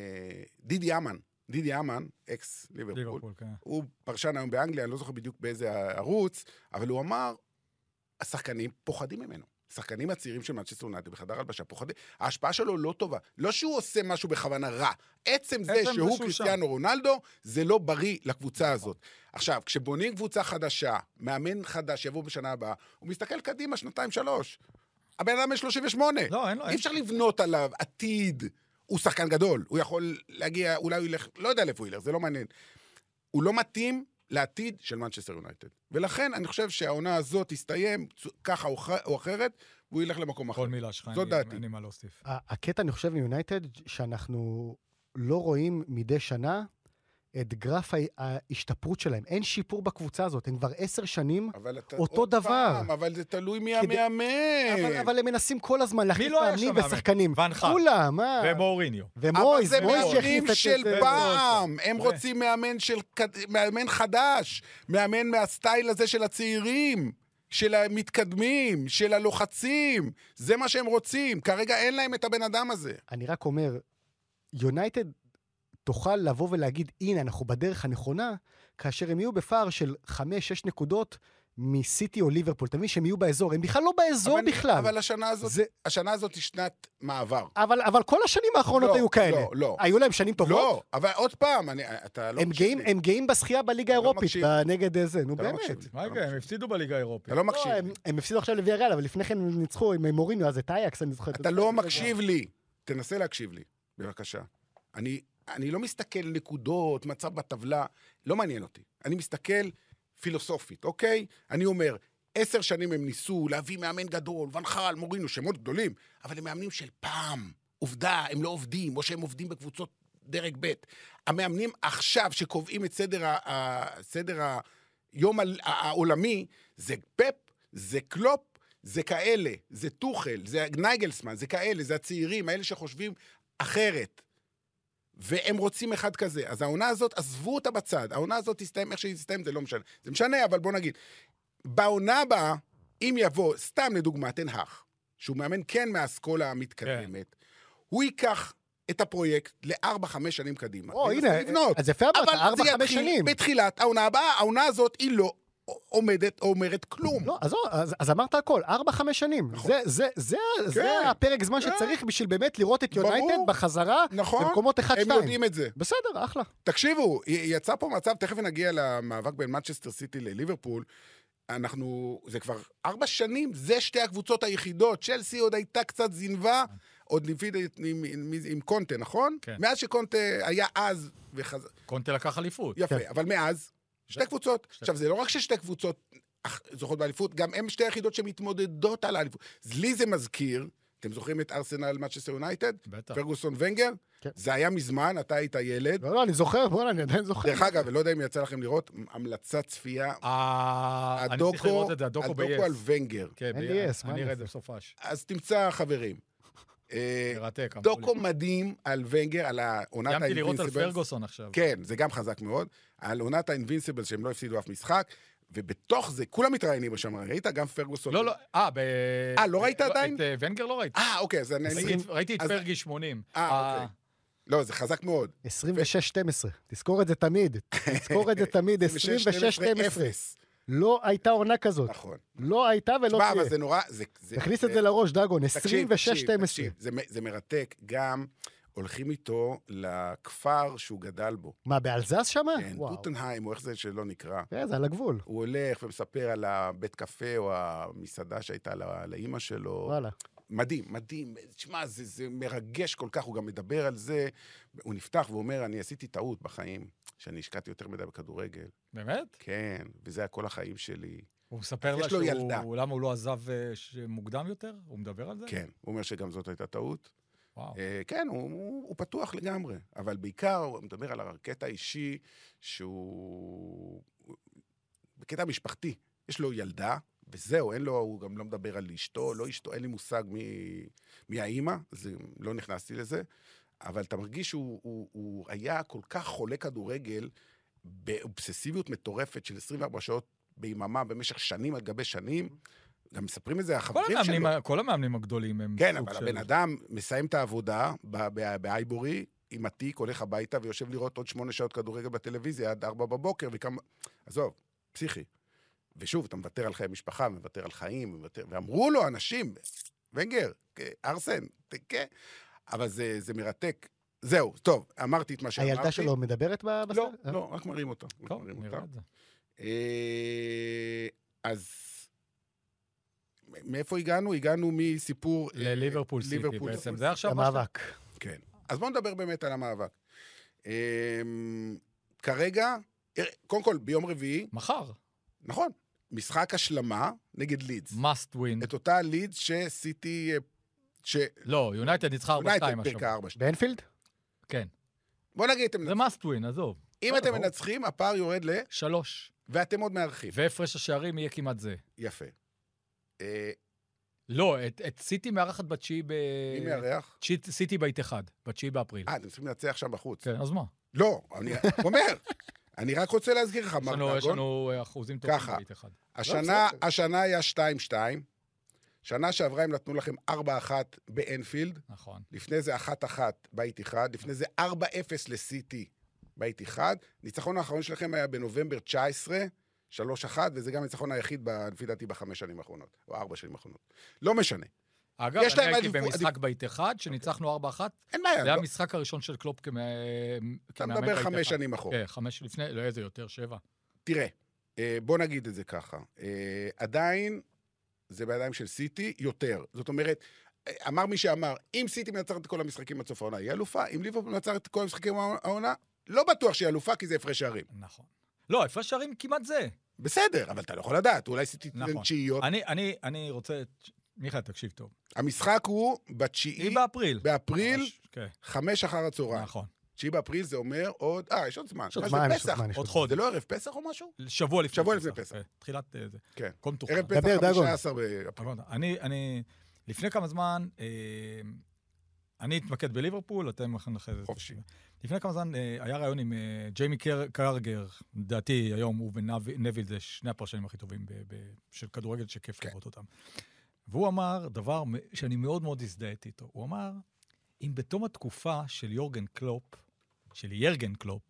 דידי אמן, אקס ליברפול, הוא פרשן היום באנגליה, אני לא זוכר בדיוק באיזה ערוץ, אבל הוא אמר, השחקנים פוחדים ממנו. השחקנים הצעירים של מנצ'סטר יונייטד בחדר הלבשה פוחדים, ההשפעה שלו לא טובה. לא שהוא עושה משהו בכוונה רע. עצם זה שהוא קריסטיאנו רונלדו, זה לא בריא לקבוצה הזאת. עכשיו, כשבונים קבוצה חדשה, מאמן חדש יבוא בשנה הבאה, הוא מסתכל קדימה 2-3. הבן אדם 38. לא, אין לו. אי אפשר לבנות עליו עתיד. הוא שחקן גדול. הוא יכול להגיע, אולי הוא ילך, לא יודע לאיפה הוא ילך, זה לא מעניין. הוא לא מתאים לעתיד של מנצ'סטר יונייטד. ולכן אני חושב שהעונה הזאת תסתיים ככה או אחרת, והוא ילך למקום אחר. כל מילה שלך, אין לי מה להוסיף. הקטע, אני חושב, מיונייטד, שאנחנו לא רואים מדי שנה את גרף ההשתפרות שלהם. אין שיפור בקבוצה הזאת, הם כבר 10 שנים אותו דבר. אבל זה תלוי מי המאמן. אבל הם מנסים כל הזמן להחליף מאמנים ושחקנים. ונחל. כולם, ומוריניו. אבל זה מאמנים של פעם. הם רוצים מאמן חדש. מאמן מהסטייל הזה של הצעירים. של המתקדמים, של הלוחצים. זה מה שהם רוצים. כרגע אין להם את הבן אדם הזה. אני רק אומר, יונייטד תוכל לבוא ולהגיד, הנה, אנחנו בדרך הנכונה, כאשר הם יהיו בפער של 5-6 נקודות מסיטי או ליברפול. תמיד שהם יהיו באזור. הם בכלל לא באזור בכלל. אבל השנה הזאת היא שנת מעבר. אבל כל השנים האחרונות היו כאלה. לא. היו להם שנים טובות? לא, אבל עוד פעם, אתה לא מקשיב לי. הם גאים בשחייה בליגה האירופית, נגד זה. נו באמת. הם הפסידו בליגה האירופית. אתה לא מקשיב לי. הם הפסידו עכשיו לוויאריאל, אבל לפני כן הם ניצחו עם מוריניו, אז את אייקס, אני זוכר. אתה לא מקשיב לי. תנסה להקשיב לי, בבקשה. אני לא מסתכל נקודות, מצב בטבלה, לא מעניין אותי. אני מסתכל פילוסופית, אוקיי? אני אומר, 10 שנים הם ניסו להביא מאמן גדול, ונחל, מוריניו, שמות גדולים, אבל הם מאמנים של פעם. עובדה, הם לא עובדים, או שהם עובדים בקבוצות דרג ב'. המאמנים עכשיו שקובעים את סדר היום העולמי, זה פפ, זה קלופ, זה כאלה, זה טוחל, זה נייגלסמן, זה כאלה, זה הצעירים, האלה שחושבים אחרת. והם רוצים אחד כזה. אז העונה הזאת, עזבו אותה בצד. העונה הזאת תסתיים, איך שהיא תסתיים, זה לא משנה. זה משנה, אבל בוא נגיד. בעונה הבאה, אם יבוא, סתם לדוגמה, תנהך, שהוא מאמן כן מהאסכולה המתקדמת, הוא ייקח את הפרויקט ל4-5 שנים קדימה. הנה, אז יפה אמרת, 4-5 שנים. בתחילת העונה הבאה, העונה הזאת היא לא אומרת כלום. לא, אז אמרת הכל, 4-5 שנים. זה הפרק זמן שצריך בשביל באמת לראות את יונייטד בחזרה במקומות 1-2. הם יודעים את זה. בסדר, אחלה. תקשיבו, יצא פה מצב, תכף נגיע למאבק בין מנצ'סטר סיטי לליברפול, זה כבר 4 שנים, זה שתי הקבוצות היחידות, צ'לסי עוד הייתה קצת זנבה, עוד עם קונטה, נכון? מאז שקונטה היה אז וחזר. קונטה לקח אליפות. יפה, אבל מאז, שתי קבוצות. עכשיו, זה לא רק ששתי קבוצות זוכות באליפות, גם הם שתי היחידות שמתמודדות על האליפות. לי זה מזכיר, אתם זוכרים את ארסנל מנצ'סטר יונייטד? בטח. פרגוסון ונגר? זה היה מזמן, אתה היית ילד. לא, אני זוכר, אני עדיין זוכר. דרך אגב, ולא יודע אם יצא לכם לראות, המלצת צפייה, הדוקו על ונגר. כן, אני ארד בסופש. אז תמצא חברים. מרתק. דוקו מדהים על ונגר, על העונת האינבינסיבלס. ימתי לראות על פרגוסון עכשיו. כן, זה גם חזק מאוד. על עונת האינבינסיבלס, שהם לא הפסידו אף משחק, ובתוך זה, כולם מתראיינים בשם, ראית? גם פרגוסון. לא, לא ראית עדיין? את ונגר לא ראיתי. אוקיי, אז ראיתי את פרגי 80. אוקיי. לא, זה חזק מאוד. 26-12. תזכור את זה תמיד. 26-12. לא הייתה עונה כזאת. נכון. לא הייתה ולא תהיה. אבל זה נורא... תכניס את זה לראש, דגון. 26-12. זה מרתק. גם הולכים איתו לכפר שהוא גדל בו. מה, באלזס שמה? כן, טוטנהיים, או איך זה שלא נקרא. זה על הגבול. הוא הולך ומספר על הבית קפה או המסעדה שהייתה לאמא שלו. וואלה. מדהים, מדהים. תשמע, זה מרגש כל כך, הוא גם מדבר על זה. הוא נפתח ואומר, אני עשיתי טעות בחיים, שאני השקעתי יותר מדי בכדורגל. באמת? כן, וזה היה כל החיים שלי. הוא מספר לה למה הוא לא עזב מוקדם יותר? הוא מדבר על זה? כן, הוא אומר שגם זאת הייתה טעות. וואו. כן, הוא פתוח לגמרי, אבל בעיקר הוא מדבר על הקטע האישי שהוא בקטע משפחתי. יש לו ילדה, וזהו, הוא גם לא מדבר על אשתו, לא אשתו, אין לי מושג מי האמא, לא נכנסתי לזה, אבל אתה מרגיש שהוא היה כל כך חולה כדורגל, באובססיביות מטורפת של 24 שעות ביממה, במשך שנים על גבי שנים, גם מספרים את זה, החברים שלו. כל המאמנים הגדולים הם... כן, אבל הבן אדם מסיים את העבודה באייבורי, עם התיק, הולך הביתה ויושב לראות עוד 8 שעות כדורגל בטלוויזיה, עד 4 בבוקר, עזוב, פסיכי. ושוב, אתה מוותר על חיי משפחה, מוותר על חיים, ואמרו לו אנשים, ונגר, ארסן, אבל זה מרתק. זהו, טוב, אמרתי את מה שאמרתי. הילדה שלו מדברת בסרט? לא, רק מראים אותה. טוב, נראה את זה. אז מאיפה הגענו? הגענו מסיפור... לליברפול סיטי בעצם. זה עכשיו המאבק. כן. אז בואו נדבר באמת על המאבק. כרגע, קודם כל, ביום רביעי... מחר. נכון. משחק השלמה נגד לידס. must win. את אותה לידס שסיטי... לא, יונייטד ניצחה 4-2 יונייטד השבוע. פרקה 4-2. באנפילד? כן. בוא נגיד, זה must win, עזוב. אם אתם מנצחים, הפער יורד 3. ואתם עוד מארחים. והפרש השערים יהיה כמעט זה. יפה. לא, את סיטי מארחת בתשיעי ב... מי מארח? סיטי בית אחד, בתשיעי באפריל. אתם צריכים לנצח שם בחוץ. כן, אז מה? לא, אני אומר, אני רק רוצה להזכיר לך, מר יש דאגון. לנו אחוזים טובים ככה. בבית אחד. השנה היה 2-2. שנה שעברה הם נתנו לכם 4-1 באנפילד. נכון. לפני זה 1-1 בית אחד. לפני זה 4-0 לסיטי בית אחד. ניצחון האחרון שלכם היה בנובמבר 19, 3-1, וזה גם הניצחון היחיד, לפי דעתי, ב5 שנים האחרונות, או 4 שנים האחרונות. לא משנה. אגב, אני הייתי במשחק בית אחד, שניצחנו 4-1. אין בעיה. זה היה המשחק הראשון של קלופ כמאמן בית אחד. אתה מדבר 5 שנים אחורה. כן, 5 לפני, לא איזה יותר, 7. תראה, בוא נגיד את זה ככה. עדיין זה בידיים של סיטי יותר. זאת אומרת, אמר מי שאמר, אם סיטי מנצחת את כל המשחקים עד סוף העונה, היא אלופה. אם ליברפול מנצחת את כל המשחקים העונה, לא בטוח שהיא אלופה, כי זה הפרש שערים. נכון. לא, הפרש שערים כמעט זה. בסדר, אבל אתה לא יכול לדעת. אולי סיטי תיתן תשיעיות. אני רוצה... מיכאל, תקשיב טוב. המשחק הוא בתשיעי... באפריל, 5 אחר הצהריים. נכון. 9 באפריל זה אומר עוד... יש עוד זמן. עוד חודש. זה לא ערב פסח או משהו? שבוע לפני פסח. תחילת זה. כן. קום תוכל. ערב פסח 15 באפריל. אני... לפני כמה זמן... אני אתמקד בליברפול, אתם אחרי זה. חופשי. לפני כמה זמן היה רעיון עם ג'יימי קרגר, לדעתי היום הוא ונביל, זה שני הפרשנים הכי טובים של כדורגל שכיף לראות אותם. והוא אמר דבר שאני מאוד מאוד הזדהיתי איתו. הוא אמר, אם בתום התקופה של יורגן קלופ,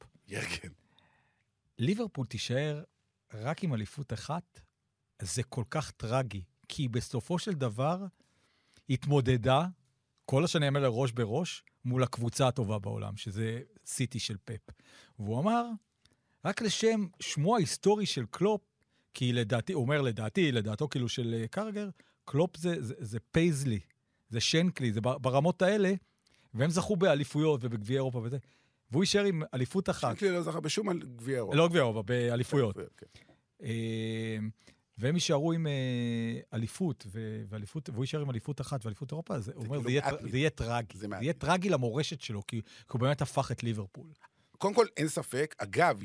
ליברפול תישאר רק עם אליפות אחת, זה כל כך טרגי, כי בסופו של דבר התמודדה כל השנים האלה ראש בראש מול הקבוצה הטובה בעולם, שזה סיטי של פפ. והוא אמר, רק לשם שמו ההיסטורי של קלופ, כי לדעתי, הוא אומר לדעתו כאילו של קרגר, קלופ זה פייזלי, זה שנקלי, זה ברמות האלה, והם זכו באליפויות ובגביע אירופה וזה. והוא יישאר עם אליפות אחת. שנקלי לא זכה בשום גביע אירופה. לא גביע אירופה, באליפויות. והם יישארו עם אליפות, והוא יישאר עם אליפות אחת ואליפות אירופה, הוא אומר, זה יהיה טרגי. זה יהיה טרגי למורשת שלו, כי הוא באמת הפך את ליברפול. קודם כל, אין ספק. אגב,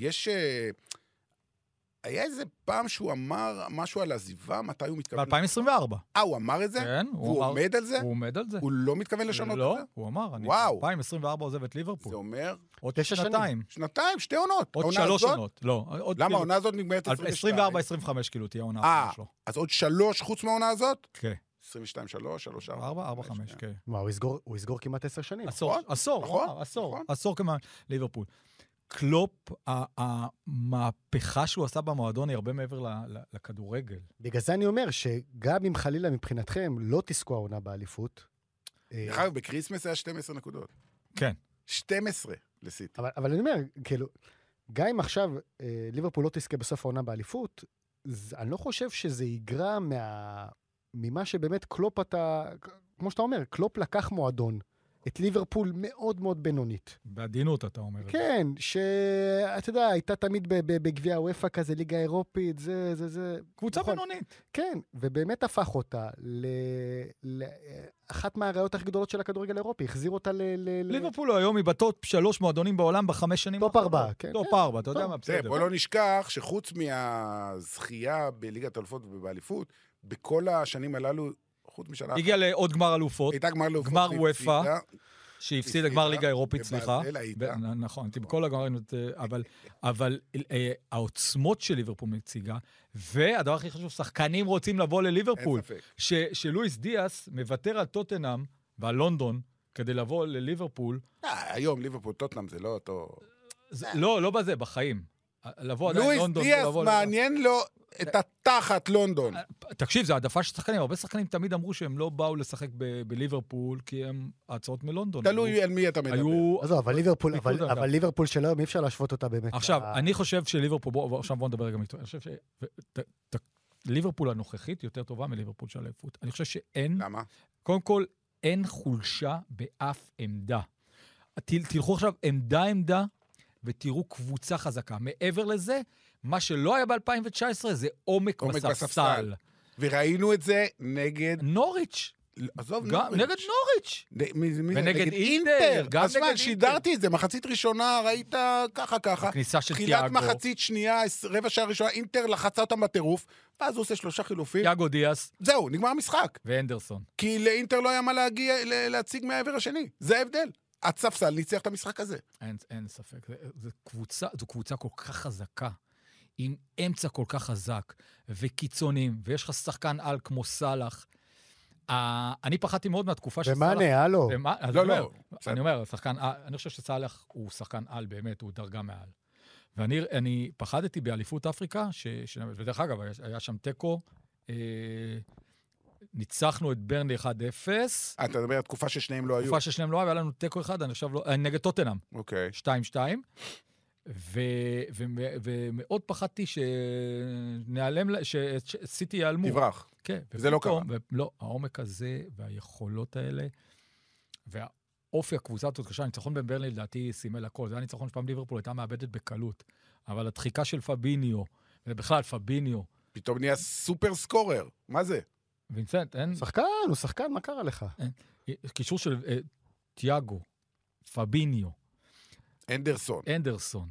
היה איזה פעם שהוא אמר משהו על עזיבה, מתי הוא מתכוון? ב-2024. הוא אמר את זה? כן. והוא עומד על זה? הוא עומד על זה. הוא לא מתכוון לשנות את זה? לא, הוא אמר. וואו. 2024 עוזב את ליברפול. זה אומר? עוד שנתיים. שנתיים, 2 עונות. עוד 3 עונות. לא. למה? העונה הזאת נגמרת 22. 24-25 כאילו תהיה העונה שלו. אז עוד 3 חוץ מהעונה הזאת? כן. 22, 3, 3, 4, 4, 5, כן. מה, הוא יסגור כמעט 10 שנים. עשור כמה ליברפול. קלופ, המהפכה שהוא עשה במועדון היא הרבה מעבר לכדורגל. בגלל זה אני אומר שגם אם חלילה מבחינתכם לא תזכו העונה באליפות. דרך בקריסמס היה 12 נקודות. כן. 12 לסיטי. אבל אני אומר, כאילו, גם אם עכשיו ליברפול לא תזכה בסוף העונה באליפות, אני לא חושב שזה יגרע ממה שבאמת קלופ כמו שאתה אומר, קלופ לקח מועדון. את ליברפול מאוד מאוד בינונית. בעדינות, אתה אומר. כן, שאתה יודע, הייתה תמיד בגביע הוופא כזה, ליגה אירופית, זה... קבוצה בינונית. כן, ובאמת הפך אותה לאחת מהראיות הכי גדולות של הכדורגל האירופי, החזיר אותה ליברפול היום היא בטופ 3 מועדונים בעולם ב5 שנים. טופ 4, כן. טופ 4, אתה יודע מה, בסדר. בוא לא נשכח שחוץ מהזכייה בליגת האלופות ובאליפות, בכל השנים הללו, חוץ משנה... הגיע לעוד גמר אלופות. הייתה גמר אלופות. גמר וופא, שהפסיד לגמר ליגה אירופית, סליחה. נכון, בכל הגמרים, אבל העוצמות של ליברפול מציגה, והדבר הכי חשוב, שחקנים רוצים לבוא לליברפול. שלואיס דיאס מוותר על טוטנהאם ועל לונדון כדי לבוא לליברפול. היום ליברפול, טוטנהאם זה לא אותו... לא בזה, בחיים. לבוא עדיין לונדון. לואיס דיאס מעניין לו... את התחת לונדון. תקשיב, זה העדפה של שחקנים. הרבה שחקנים תמיד אמרו שהם לא באו לשחק בליברפול, כי הם הצעות מלונדון. תלוי על מי אתה מדבר. עזוב, אבל ליברפול של היום, אי אפשר להשוות אותה באמת. עכשיו, אני חושב שליברפול, עכשיו בוא נדבר רגע איתו, אני חושב שליברפול הנוכחית יותר טובה מליברפול של האליפות. אני חושב שאין... למה? קודם כל, אין חולשה באף עמדה. תלכו עכשיו עמדה, ותראו קבוצה חזקה. מעבר לזה, מה שלא היה ב-2019 זה עומק בספסל. וראינו את זה נגד... נוריץ'. עזוב, נגד נוריץ'. ונגד אינטר. גם נגד אינטר. שידרתי את זה, מחצית ראשונה ראית ככה. הכניסה של תחילת תיאגו. מחצית שנייה, רבע שעה ראשונה, אינטר לחצה אותם בטירוף, ואז הוא עושה 3 חילופים. תיאגו דיאס. זהו, נגמר המשחק. ואנדרסון. כי לאינטר לא היה מה להציג מהעבר השני. זה ההבדל. הספסל ניצח את המשחק הזה. אין ספק. זו קבוצה כל כך חזקה, עם אמצע כל כך חזק, וקיצונים, ויש לך שחקן על כמו סלח. אני פחדתי מאוד מהתקופה של סלח. ומאנה, הלו. לא. אני אומר, אני חושב שסלח הוא שחקן על באמת, הוא דרגה מעל. ואני פחדתי באליפות אפריקה, ודרך אגב, היה שם טקו, ניצחנו את ברנלי 1-0. אתה מדבר על תקופה ששניהם לא היו. תקופה ששניהם לא היו, היה לנו טקו אחד, אני חושב, נגד טוטנהאם. אוקיי. 2-2. ומאוד פחדתי שסיטי ייעלמו. תברח. כן. זה לא קרה. לא, העומק הזה והיכולות האלה, והאופי הקבוצה הזאת קשה, הניצחון בין ברנלי לדעתי סימל הכל. זה היה ניצחון שפעם ליברפול הייתה מאבדת בקלות. אבל הדחיקה של פביניו, ובכלל פביניו. פתאום נהיה סופר סקורר. מה זה? וינסנט, אין... הוא שחקן, מה קרה לך? קישור של תיאגו, פביניו. אנדרסון.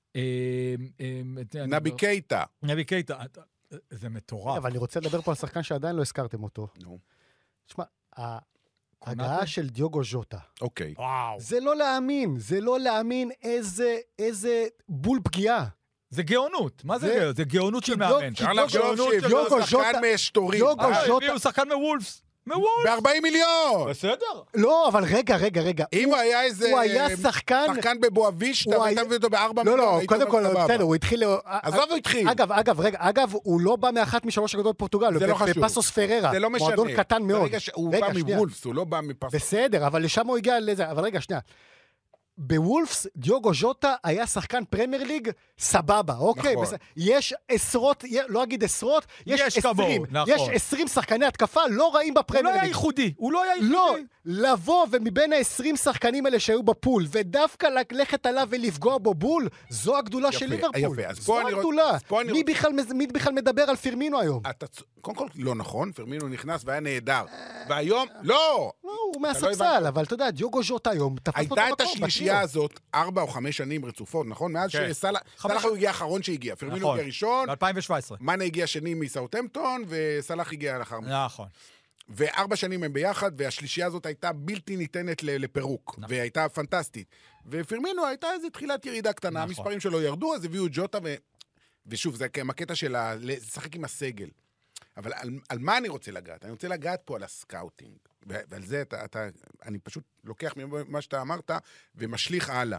נבי קייטה. זה מטורף. אבל אני רוצה לדבר פה על שחקן שעדיין לא הזכרתם אותו. נו. תשמע, ההגעה של דיוגו ז'וטה. אוקיי. וואו. זה לא להאמין איזה בול פגיעה. זה גאונות. מה זה גאונות? זה גאונות של מאמן. דיוגו שחקן מאשתורים. הוא שחקן מוולפס. ב-40 מיליון. בסדר. לא, אבל רגע. אם הוא היה איזה... הוא היה שחקן בבואבישטה, ואתה מביא אותו ב-4 מיליון. לא, קודם כל, בסדר, הוא התחיל... עזוב, הוא התחיל. אגב, הוא לא בא מאחת משלוש אגדות פורטוגל, זה לא חשוב. בפסוס פררה. זה לא משנה. מועדון קטן מאוד. הוא בא מוולפס, הוא לא בא מפסוס. בסדר, אבל לשם הוא הגיע לזה. אבל רגע, שנייה. בוולפס, דיוגו ז'וטה היה שחקן פרמייר ליג סבבה, אוקיי? נכון. יש עשרות, לא אגיד עשרות, יש 20. נכון. יש 20 שחקני התקפה לא רעים בפרמייר ליג. הוא לא היה ייחודי. לא, לבוא ומבין ה-20 שחקנים האלה שהיו בפול, ודווקא ללכת עליו ולפגוע בו בול, זו הגדולה של ליברפול. זו הגדולה. מי בכלל מדבר על פרמינו היום? קודם כל, לא נכון, פרמינו נכנס והיה נהדר. והיום, לא! הוא מהספסל, אבל אתה יודע, דיוגו ז'וטה היום, תפס אותו הייתה מקום. את השלישייה הזאת 4 או 5 שנים רצופות, נכון? מאז שסלח הוא הגיע האחרון שהגיע. פרמינו הגיע ראשון. ב-2017. מנה הגיע שני מסאות'המפטון, וסלח הגיע לאחר מכן. נכון. ו4 שנים הם ביחד, והשלישייה הזאת הייתה בלתי ניתנת לפירוק, והייתה פנטסטית. ופרמינו הייתה איזו תחילת ירידה קטנה, המספרים שלו ירדו, אז הביאו ג'וטה, ושוב, זה הקטע של לשחק עם הסגל. אבל על מה אני רוצה לגעת? אני רוצה לגעת פה על הסקאוטינג, ועל זה אני פשוט לוקח ממה שאתה אמרת, ומשליך הלאה.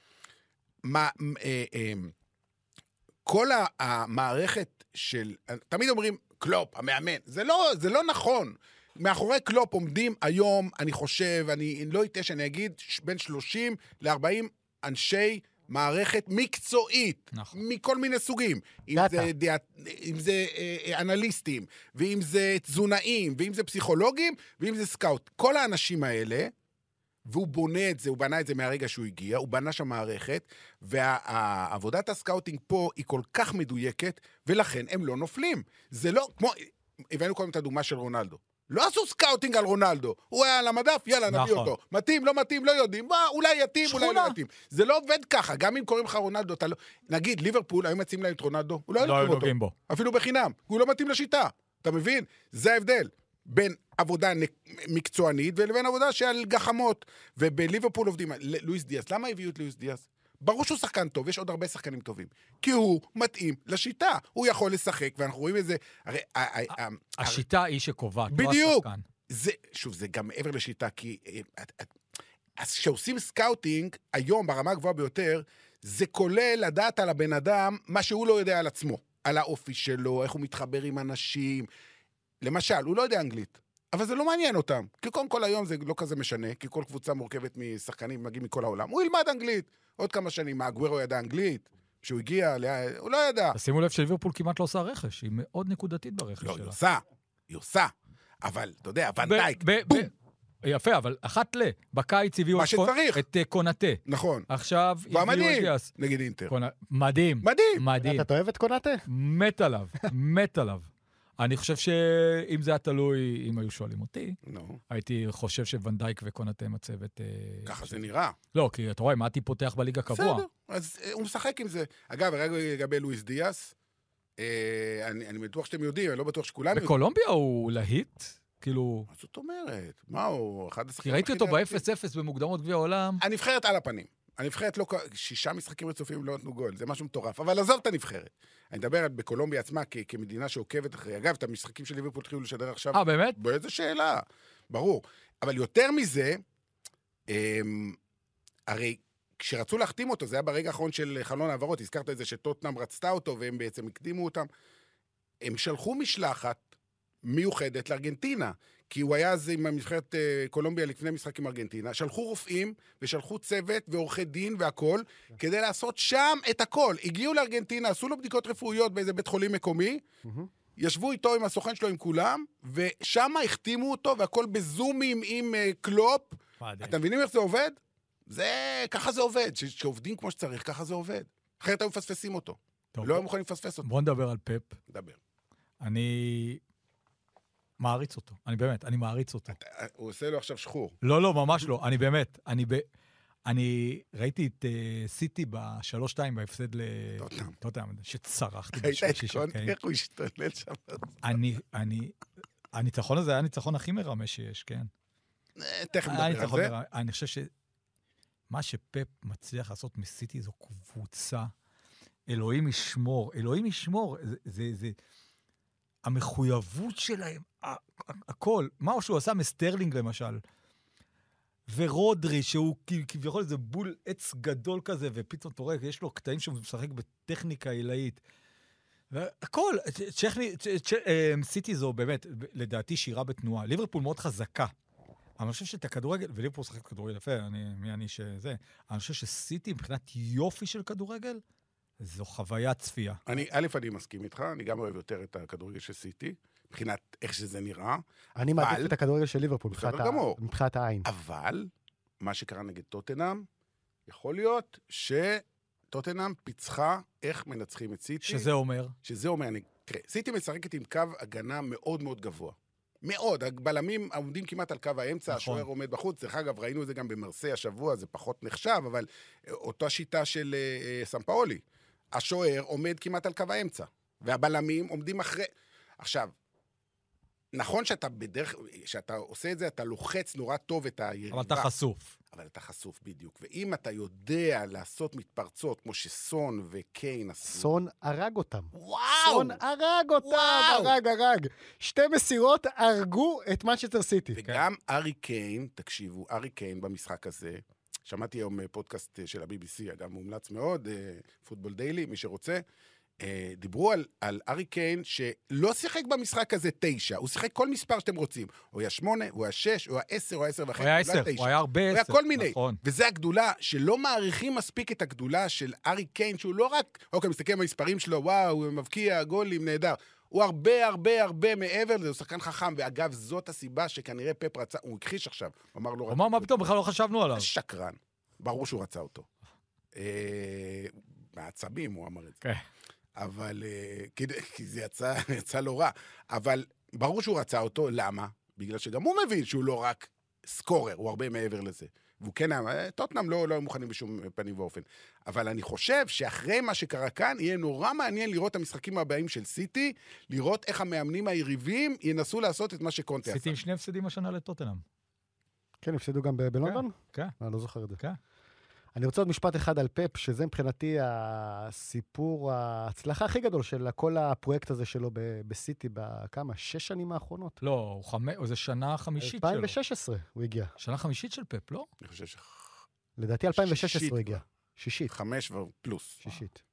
כל המערכת של, תמיד אומרים, קלופ, המאמן, זה לא נכון. מאחורי קלופ עומדים היום, אני חושב, אני לא אתן שאני אגיד, בין 30 ל-40 אנשי מערכת מקצועית, נכון. מכל מיני סוגים. אם זה אנליסטים, ואם זה תזונאים, ואם זה פסיכולוגים, ואם זה סקאוט. כל האנשים האלה, והוא בונה את זה, הוא בנה את זה מהרגע שהוא הגיע, הוא בנה שם מערכת, והעבודת הסקאוטינג פה היא כל כך מדויקת, ולכן הם לא נופלים. זה לא, כמו, הבאנו קודם את הדוגמה של רונלדו. לא עשו סקאוטינג על רונלדו. הוא היה על המדף, יאללה, נביא אותו. מתאים, לא מתאים, לא יודעים. אולי יתאים, אולי לא יתאים. זה לא עובד ככה. גם אם קוראים לך רונלדו, אתה לא... נגיד, ליברפול, היו מציעים להם את רונלדו, הוא לא היו נוגעים אותו. אפילו בחינם. הוא לא מתאים לשיטה. אתה מבין? זה ההבדל. בין עבודה מקצוענית ולבין עבודה של גחמות. ובליברפול עובדים. לואיס דיאס, למה הביאו את לואיס דיאס? ברור שהוא שחקן טוב, יש עוד הרבה שחקנים טובים. כי הוא מתאים לשיטה. הוא יכול לשחק, ואנחנו רואים את זה... השיטה היא שקובעת, בדיוק. שוב, זה גם מעבר לשיטה, כי... אז כשעושים סקאוטינג, היום, ברמה הגבוהה ביותר, זה כולל לדעת על הבן אדם מה שהוא לא יודע על עצמו. על האופי שלו, איך הוא מתחבר עם אנשים. למשל, הוא לא יודע אנגלית, אבל זה לא מעניין אותם. כי קודם כל היום זה לא כזה משנה, כי כל קבוצה מורכבת משחקנים מגיעים מכל העולם. הוא ילמד אנגלית. עוד כמה שנים, אגוארו ידע אנגלית, כשהוא הגיע, הוא לא ידע. שימו לב שליברפול כמעט לא עושה רכש, היא מאוד נקודתית ברכש לא, שלה. היא עושה. אבל, אתה יודע, ון דייק, בום. יפה, אבל אחת בקיץ הביאו את קונאטה. נכון. עכשיו הביאו את דיאס. נגד אינטר. מדהים. מדהים. אתה אוהב את קונאטה? מת עליו, מת עליו. אני חושב שאם זה היה תלוי, אם היו שואלים אותי, הייתי חושב שוון דייק וקונאטה מצוות... ככה זה נראה. לא, כי אתה רואה, מתי פותח בליגה קבוע. בסדר, אז הוא משחק עם זה. אגב, לגבי לואיס דיאס, אני בטוח שאתם יודעים, אני לא בטוח שכולם יודעים. בקולומביה הוא להיט? כאילו... מה זאת אומרת? מה הוא? אחד השחקים... ראיתי אותו ב-0-0 במוקדמות גביע העולם. הנבחרת על הפנים. הנבחרת לא... 6 משחקים רצופים לא נתנו גול, זה משהו מטורף. אבל עזוב את הנבחרת. אני מדבר בקולומביה עצמה כמדינה שעוקבת אחרי. אגב, את המשחקים של ליברפול התחילו לשדר עכשיו... באמת? באיזו שאלה. ברור. אבל יותר מזה, הרי כשרצו להחתים אותו, זה היה ברגע האחרון של חלון העברות, הזכרת את זה שטוטנהאם רצתה אותו, והם בעצם הקדימו אותם. הם שלחו משלחת מיוחדת לארגנטינה, כי הוא היה אז עם המשחקת קולומביה לפני משחק עם ארגנטינה, שלחו רופאים ושלחו צוות ועורכי דין והכל, כדי לעשות שם את הכל. הגיעו לארגנטינה, עשו לו בדיקות רפואיות באיזה בית חולים מקומי, ישבו איתו עם הסוכן שלו עם כולם, ושם החתימו אותו, והכל בזומים עם קלופ. אתם מבינים איך זה עובד? ככה זה עובד, שעובדים כמו שצריך, ככה זה עובד. אחרת היו מפספסים אותו. לא היו מוכנים לפספס אותו. בוא נדבר על פפ. נדבר. אני מעריץ אותו. אני מעריץ אותו. הוא עושה לו עכשיו שחור. לא, ממש לא. אני באמת. אני ראיתי את סיטי ב-3-2 בהפסד לטוטנהאם, שצרחתי. ראית את קונטה, איך הוא השתולל שם. הניצחון הזה היה הניצחון הכי מרמה שיש, כן? תכף נדבר על זה. אני חושב שמה שפפ מצליח לעשות מסיטי זו קבוצה. אלוהים ישמור. זה המחויבות שלהם, הכל. מה שהוא עשה מסטרלינג למשל, ורודרי, שהוא כביכול איזה בול עץ גדול כזה, ופתאום אתה רואה, יש לו קטעים שהוא משחק בטכניקה עילאית. והכל, סיטי זו באמת, לדעתי שירה בתנועה. ליברפול מאוד חזקה. אני חושב שאת הכדורגל, וליברפול שחק כדורגל יפה, אני חושב שסיטי מבחינת יופי של כדורגל, זו חוויית צפייה. אני מסכים איתך, אני גם אוהב יותר את הכדורגל של סיטי, מבחינת איך שזה נראה. אני מעדיף את הכדורגל של ליברפול, מבחינת העין. אבל, מה שקרה נגד טוטנהאם, יכול להיות שטוטנהאם פיצחה איך מנצחים את סיטי. שזה אומר? סיטי משחקת עם קו הגנה מאוד מאוד גבוה. מאוד, הבלמים עומדים כמעט על קו האמצע, השוער עומד בחוץ, דרך אגב, ראינו את זה גם במרסיי השבוע, זה פחות נחשב, אבל אותה שיטה של סמפאולי. השוער עומד כמעט על קו האמצע, והבלמים עומדים אחרי... עכשיו, נכון שאתה עושה את זה, אתה לוחץ נורא טוב את היריבה. אבל אתה חשוף. אבל אתה חשוף בדיוק. ואם אתה יודע לעשות מתפרצות, כמו שסון וקיין עשו... סון הרג אותם. וואו! סון הרג אותם, הרג. 2 מסירות הרגו את מנצ'סטר סיטי. וגם ארי קיין, תקשיבו, ארי קיין במשחק הזה, שמעתי היום פודקאסט של ה-BBC, אגב מומלץ מאוד, פוטבול דיילי, מי שרוצה, דיברו על ארי קיין שלא שיחק במשחק הזה 9, הוא שיחק כל מספר שאתם רוצים. הוא היה 8, הוא היה 6, הוא היה 10, הוא היה 10 וחצי. הוא היה 10, הוא היה הרבה 10. הוא היה כל מיני. נכון. וזה הגדולה, שלא מעריכים מספיק את הגדולה של ארי קיין, שהוא לא רק, אוקיי, מסתכל במספרים שלו, וואו, הוא מבקיע גולים, נהדר. הוא הרבה מעבר לזה, הוא שחקן חכם, ואגב, זאת הסיבה שכנראה פפ רצה, הוא הכחיש עכשיו, הוא אמר לא רצה. מה פתאום, בכלל לא חשבנו עליו. שקרן, ברור שהוא רצה אותו. מעצבים, הוא אמר את זה. כן. אבל, כי זה יצא לא רע, אבל ברור שהוא רצה אותו, למה? בגלל שגם הוא מבין שהוא לא רק סקורר, הוא הרבה מעבר לזה. והוא כן, טוטנהאם לא מוכנים בשום פנים ואופן. אבל אני חושב שאחרי מה שקרה כאן, יהיה נורא מעניין לראות את המשחקים הבאים של סיטי, לראות איך המאמנים היריבים ינסו לעשות את מה שקונטה עשה. סיטי עם 2 הפסדים השנה לטוטנהאם. כן, הפסדו גם בלונדון? כן. אני לא זוכר את זה. כן. אני רוצה עוד משפט אחד על פפ, שזה מבחינתי הסיפור, ההצלחה הכי גדול של כל הפרויקט הזה שלו בסיטי, בכמה? 6 שנים האחרונות. לא, זה שנה חמישית שלו. 2016 הוא הגיע. שנה חמישית של פפ, לא? אני חושב לדעתי 2016 הוא הגיע. שישית. 5 פלוס. שישית.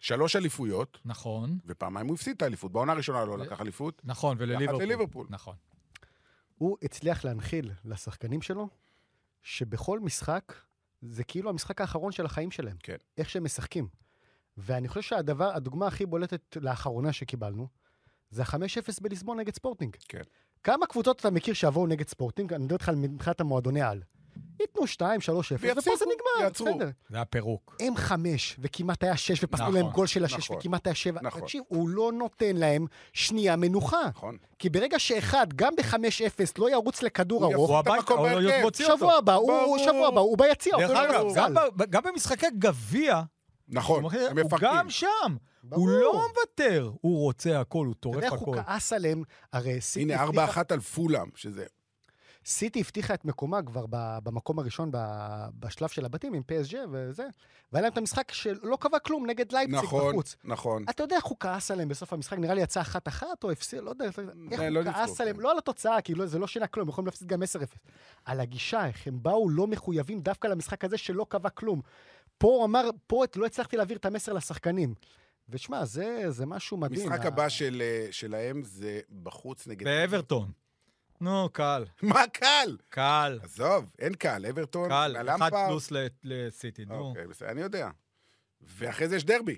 3 אליפויות, נכון. ופעמיים הוא הפסיד את האליפות. בעונה הראשונה לא לקח אליפות. נכון, לליברפול. נכון. הוא הצליח להנחיל לשחקנים שלו, שבכל משחק, זה כאילו המשחק האחרון של החיים שלהם. כן. איך שהם משחקים. ואני חושב הדוגמה הכי בולטת לאחרונה שקיבלנו, זה ה-5-0 בליסבון נגד ספורטינג. כן. כמה קבוצות אתה מכיר שעברו נגד ספורטינג? אני מדבר איתך מבחינת המועדוני על. ייתנו 2-3-0, ופה זה נגמר, בסדר. זה היה פירוק. הם 5, וכמעט היה 6, ופסלו נכון, להם גול של 6, נכון. וכמעט היה 7. נכון. תקשיב, הוא לא נותן להם שנייה מנוחה. נכון. כי ברגע שאחד, גם ב-5-0, לא ירוץ לכדור הוא ארוך, הוא את המקום הביתה, הוא בהרכב. מוציא אותו. שבוע הבא, ברור. הוא ביציע. דרך הוא אגב, לא בספסל. גם במשחקי גביע, נכון, הם הוא מפרקים. גם שם. ברור. הוא לא מוותר. הוא רוצה הכל, הוא אתה טורף יודע איך הוא הכל. כעס עליהם, הרי סיטי הנה, הבטיחה- 4-1 על פולאם, שזה... סיטי הבטיחה את מקומה כבר במקום הראשון בשלב של הבתים עם PSG וזה, והיה להם את המשחק שלא קבע כלום נגד לייפציג נכון, בחוץ. נכון. אתה יודע איך הוא כעס עליהם בסוף המשחק? נראה לי יצא 1-1 או הפסיד, לא יודע, איך לא הוא כעס לזכור, עליהם, כן. לא על התוצאה, כי זה לא שינה כלום, יכולים להפסיד גם 10-0. על הגישה, איך הם באו לא מחויבים דווקא למשחק הזה שלא קבע כלום. פה הוא אמר, לא הצלחתי להעביר את המסר לשחקנים. ושמע, זה משהו מדהים. המשחק הבא שלהם זה בחוץ נגד... באברטון. נו, קל. מה קל? קל. עזוב, אין קל, אברטון, קל. הלמפרד. 1+ לסיטי, נו. אוקיי, בסדר, אני יודע. ואחרי זה יש דרבי.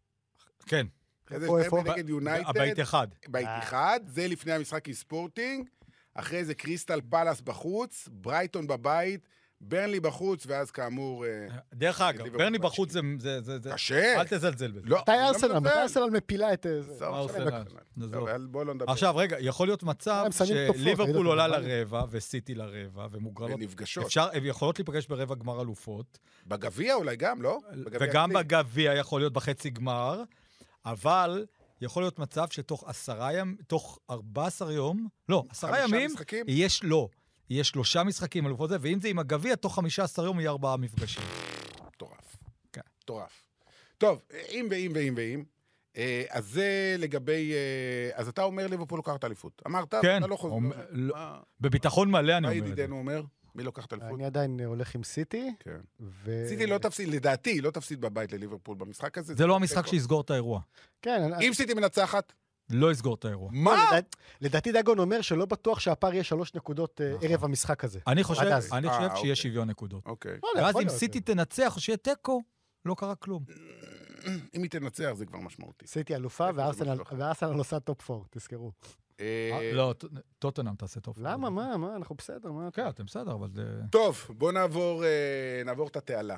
כן. אחרי זה יש איפה? דרבי נגד יונייטד. הבית אחד. בית אחד, זה לפני המשחק עם ספורטינג. אחרי זה קריסטל פלאס בחוץ, ברייטון בבית, ברנלי בחוץ, ואז כאמור... דרך אגב, ליברפול ברני בבית. בחוץ זה... קשה. אל תזלזל בזה. לא, מתי אני לא ארסנל? מזלזל. מתי ארסנל מפילה את זה? עזוב, ארסנל. טוב, עזוב. אבל בוא לא נדבר. עכשיו, רגע, יכול להיות מצב הם שמים תופעות, שליברפול ראית עולה אותם, לרבע וסיטי לרבע ומוגרלות. ונפגשות. הן יכולות להיפגש ברבע גמר אלופות, בגביע אולי גם, לא? בגביע וגם הכללי. בגביע יכול להיות בחצי גמר, אבל יכול להיות מצב שתוך 14 יום, לא, 10 5 ימים, משחקים? יהיה 3 משחקים אלופות, ואם זה עם הגביע, תוך 15 יום יהיה 4 מפגשים. מטורף. כן. מטורף. טוב, אם. אז זה לגבי... אז אתה אומר ליברפול לוקחת אליפות. אמרת, כן. אתה לא חוזר. לא. מה בביטחון מלא אני מה אומר את זה. ידידנו אומר? מי לוקחת אליפות? אני עדיין הולך עם סיטי. כן. ו... סיטי לא תפסיד, לדעתי, לא תפסיד בבית לליברפול במשחק הזה. זה לא המשחק שיסגור את האירוע. כן, אם סיטי מנצחת, לא יסגור את האירוע. מה? לדעתי דגון אומר שלא בטוח שהפער יהיה 3 נקודות ערב המשחק הזה. אני חושב עד אז. שיהיה אוקיי. שוויון נקודות. אוקיי. לא יודע, ואז יכול אם להיות. סיטי תנצח או שיהיה תיקו, לא קרה כלום. אם היא תנצח, זה כבר משמעותי. סיטי אלופה איפה זה משהו אחר? וארסנל עושה טופ 4, תזכרו. לא, טוטנהאם תעשה טוב. למה? מה? אנחנו בסדר, מה? כן, אתם בסדר, אבל... טוב, בוא נעבור את התעלה.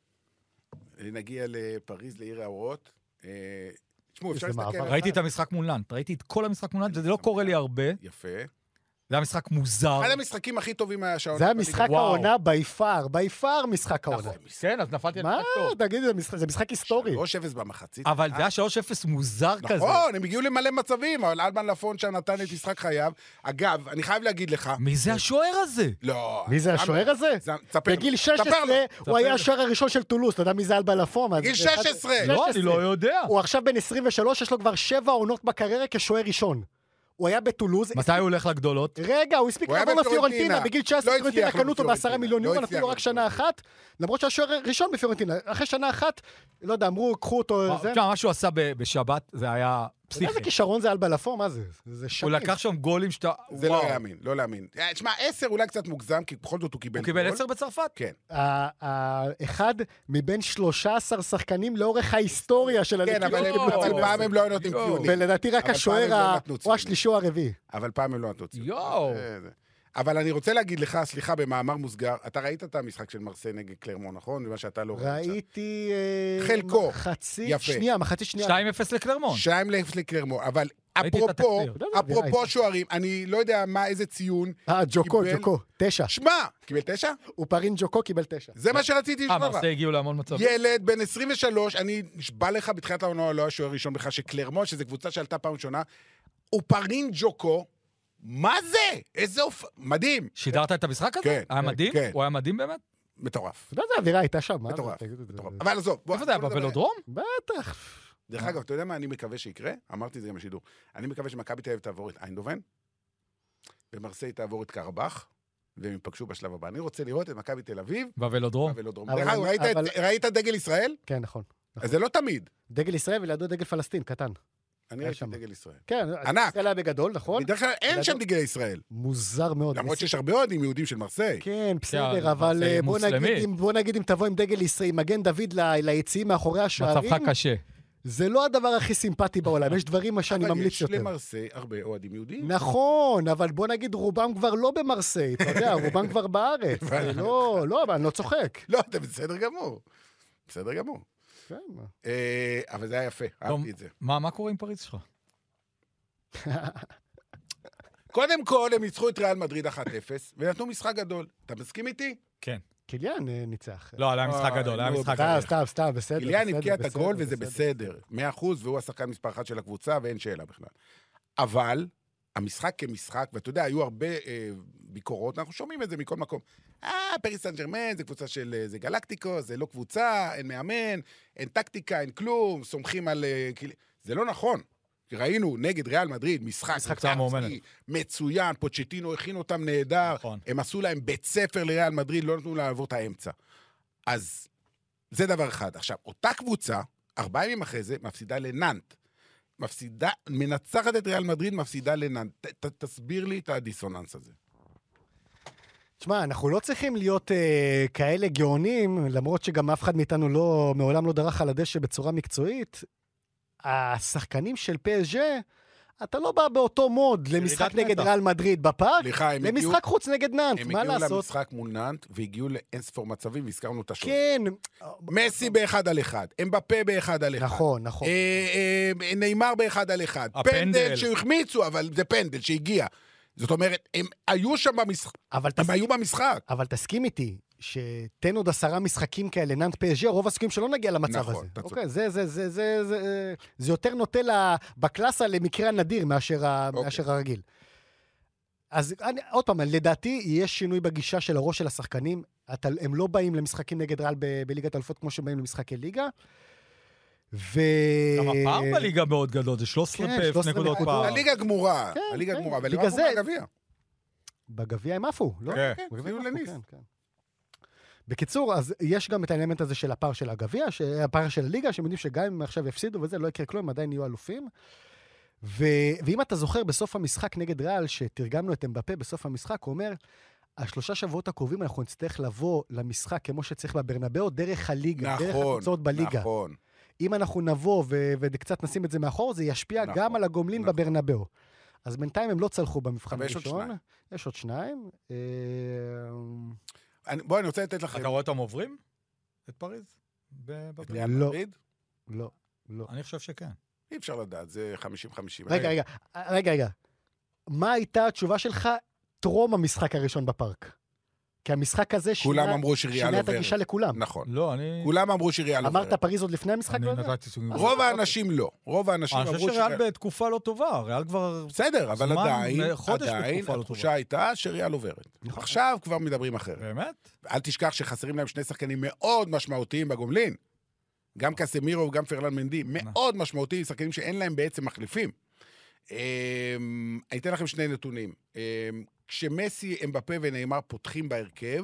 נגיע לפריז, לעיר האורות. תשמעו, אפשר איזה להסתכל... מעבר. ראיתי את המשחק מול נאנט, ראיתי את כל המשחק מול נאנט, וזה לא קורה לי הרבה. יפה. זה היה משחק מוזר. אחד המשחקים הכי טובים היה שעון. זה היה משחק וואו. העונה ביפר משחק העונה. כן, אז נפלתי על מה? משחק טוב. תגיד, זה משחק היסטורי. 3-0 במחצית. אבל זה היה 3-0 מוזר כזה. נכון, הם הגיעו למלא מצבים, אבל אלמן לפון שם נתן את משחק חייו. אגב, אני חייב להגיד לך... מי זה השוער הזה? לא. מי זה השוער הזה? תספר לו. בגיל תספר 16 לו. הוא היה השוער הראשון של טולוס, אתה יודע מי זה אלבה לפון? בגיל 16. לא, אני לא יודע. הוא עכשיו בן 23, יש לו כבר 7 עונות בקריירה כשוער ראשון. הוא היה בטולוז. מתי הוא הולך לגדולות? רגע, הוא הספיק הוא היה לעבור בפיורנטינה. לפיורנטינה. בגיל 19 לא פיורנטינה הצליח קנו אותו בפיורנטינה. ב10 מיליון לא יורו, הצליח נתנו לו רק שנה אחת, למרות שהשוער ראשון בפיורנטינה. אחרי שנה אחת, לא יודע, אמרו, קחו אותו, זה. מה שהוא עשה בשבת, זה היה פסיכי. איזה כישרון זה אלבה לפון? מה זה? זה הוא שנים. לקח שם גולים שאתה... זה לא להאמין, לא להאמין. תשמע, 10 אולי קצת מוגזם, כי בכל זאת הוא קיבל הוא קיבל גול. 10 בצרפת? כן. אחד מבין 13 שחקנים לאורך ההיסטוריה של כן, הליגה. אבל פעם הם לא היו נותנים יואו. ציונים. ולדעתי רק אבל השוער פעם הם לא נתנו או ציונים. השלישי או הרביעי. אבל פעם הם לא נתנו ציונים. יואו. אבל אני רוצה להגיד לך, סליחה, במאמר מוסגר, אתה ראית את המשחק של מרסיי נגד קלרמון, נכון? ומה שאתה לא ראית. ראיתי... חלקו. מחצית יפה. שנייה, מחצית שנייה. 2-0 לקלרמון. 2-0 לקלרמון, אבל ראיתי את אפרופו, התקציר. אפרופו שוערים, אני לא יודע איזה ציון. ג'וקו, קיבל- ג'וקו, 9. שמע, קיבל 9? הוא פרין ג'וקו קיבל 9. זה מה שרציתי לשמוע. מרסיי הגיעו להמון מצבים. ילד בן 23, אני נשבע לך בתחילת העונה, לא השוער הראשון בכלל, שקלרמון, שזו קבוצה שעלתה פעם ראשונה, הוא פרין ג'וקו, מה זה? איזה מדהים. שידרת את המשחק הזה? כן, היה מדהים? כן. הוא היה מדהים באמת? מטורף. אתה יודע, איזה אווירה הייתה שם, מה זה? מטורף, תגיד את זה. מטורף. אבל עזוב, בוא. איפה זה היה? בוא נדבר. בוולודרום? בטח. דרך אגב, אתה יודע מה אני מקווה שיקרה? אמרתי את זה גם בשידור. אני מקווה שמכבי תל אביב תעבור את איינדובן, ומרסיי תעבור את קרבח, והם ייפגשו בשלב הבא. אני רוצה לראות את מכבי תל אביב בוולודרום. בוולודרום. אבל- דרך אגב, אבל- ראית דגל ישראל? כן, נכון. אז זה לא תמיד. דגל ישראל ולידו דגל פלסטין, קטן. אני ראיתי דגל ישראל. כן, ענק. ישראל היה בגדול, נכון? בדרך כלל אין שם דגל ישראל. מוזר מאוד. למרות שיש הרבה אוהדים יהודים של מרסיי. כן, בסדר, כן, אבל זה בוא נגיד אם תבוא עם דגל ישראל, עם מגן דוד ליציאים מאחורי השערים, מצבך קשה. זה לא הדבר הכי סימפטי בעולם, יש דברים מה שאני ממליץ יותר. אבל יש למרסיי הרבה אוהדים יהודים. נכון, אבל בוא נגיד רובם כבר לא במרסיי, אתה יודע, רובם כבר בארץ. לא, אבל אני לא צוחק. לא, אתה בסדר גמור. בסדר גמור. כן, מה? אבל זה היה יפה, אהבתי את זה. מה קורה עם פריז שלך? קודם כל, הם ניצחו את ריאל מדריד 1-0, ונתנו משחק גדול. אתה מסכים איתי? כן. קיליאן ניצח. לא, היה משחק גדול, היה משחק גדול. סתם, בסדר. קיליאן הבקיע את הגול וזה בסדר. 100%, והוא השחקן מספר 1 של הקבוצה, ואין שאלה בכלל. אבל, המשחק כמשחק, ואתה יודע, היו הרבה ביקורות, אנחנו שומעים את זה מכל מקום. פריס סן ז'רמן, זה קבוצה של, זה גלקטיקו, זה לא קבוצה, אין מאמן, אין טקטיקה, אין כלום, סומכים על... זה לא נכון. ראינו נגד ריאל מדריד, משחק מצוין, פוצ'טינו הכין אותם נהדר, נכון. הם עשו להם בית ספר לריאל מדריד, לא נתנו לעבור את האמצע. אז זה דבר אחד. עכשיו, אותה קבוצה, 4 ימים אחרי זה, מפסידה לננט. מנצחת את ריאל מדריד, מפסידה לננט. תסביר לי את הדיסוננס הזה. תשמע, אנחנו לא צריכים להיות כאלה גאונים, למרות שגם אף אחד מאיתנו מעולם לא דרך על הדשא בצורה מקצועית. השחקנים של PSG, אתה לא בא באותו מוד למשחק נגד ריאל מדריד בפארק, למשחק חוץ נגד ננט, מה לעשות? הם הגיעו למשחק מול ננט, והגיעו לאינספור מצבים, והזכרנו את השור. כן. מסי ב1-1, אמבפה ב1-1. נכון. ניימר ב1-1. פנדל שהחמיצו, אבל זה פנדל שהגיע. זאת אומרת, הם היו שם במשחק. הם היו במשחק. אבל תסכים איתי, שתן עוד 10 משחקים כאלה, ננט PSG, רוב הסיכויים שלא נגיע למצב הזה. אוקיי, זה יותר נוטה בקלאסה למקרה הנדיר מאשר הרגיל. אז עוד פעם, לדעתי, יש שינוי בגישה של הראש של השחקנים, הם לא באים למשחקים נגד ריאל בליגת האלופות כמו שבאים למשחקי ליגה. גם הפער בליגה מאוד גדול, זה 13 נקודות פער. הליגה גמורה, אבל הם עפו מהגביע. בגביע הם עפו, לא? כן, הביאו לניס. בקיצור, אז יש גם את האלמנט הזה של הפער של הגביע, הפער של הליגה, שהם יודעים שגם אם עכשיו יפסידו וזה, לא יקרה כלום, הם עדיין יהיו אלופים. ואם אתה זוכר בסוף המשחק נגד ריאל, שתרגמנו את אמבפה בסוף המשחק, הוא אומר, 3 שבועות הקרובים אנחנו נצטרך לבוא למשחק כמו שצריך בברנבאו, דרך הליגה, דרך התוצאות בליגה. נכון. אם אנחנו נבוא וקצת נשים את זה מאחור, זה ישפיע גם על הגומלין בברנבאו. אז בינתיים הם לא צלחו במבחן הראשון. יש עוד 2. בואי, אני רוצה לתת לכם. אתה רואה אותם עוברים? את פריז? לא. אני חושב שכן. אי אפשר לדעת, זה 50-50. רגע. מה הייתה התשובה שלך טרום המשחק הראשון בפארק? כי המשחק הזה שינה את הגישה לכולם. נכון. לא, אני... כולם אמרו שריאל עוברת. אמרת פריז עוד לפני המשחק? רוב האנשים לא. אני חושב שריאל בתקופה לא טובה. ריאל כבר... בסדר, אבל עדיין התחושה הייתה שריאל עוברת. עכשיו כבר מדברים אחרת. באמת? אל תשכח שחסרים להם 2 שחקנים מאוד משמעותיים בגומלין. גם קסמירו וגם פרלן מנדי. מאוד משמעותיים, שחקנים שאין להם בעצם מחליפים. אני אתן לכם 2 נתונים. כשמסי, אמבפה וניימר פותחים בהרכב,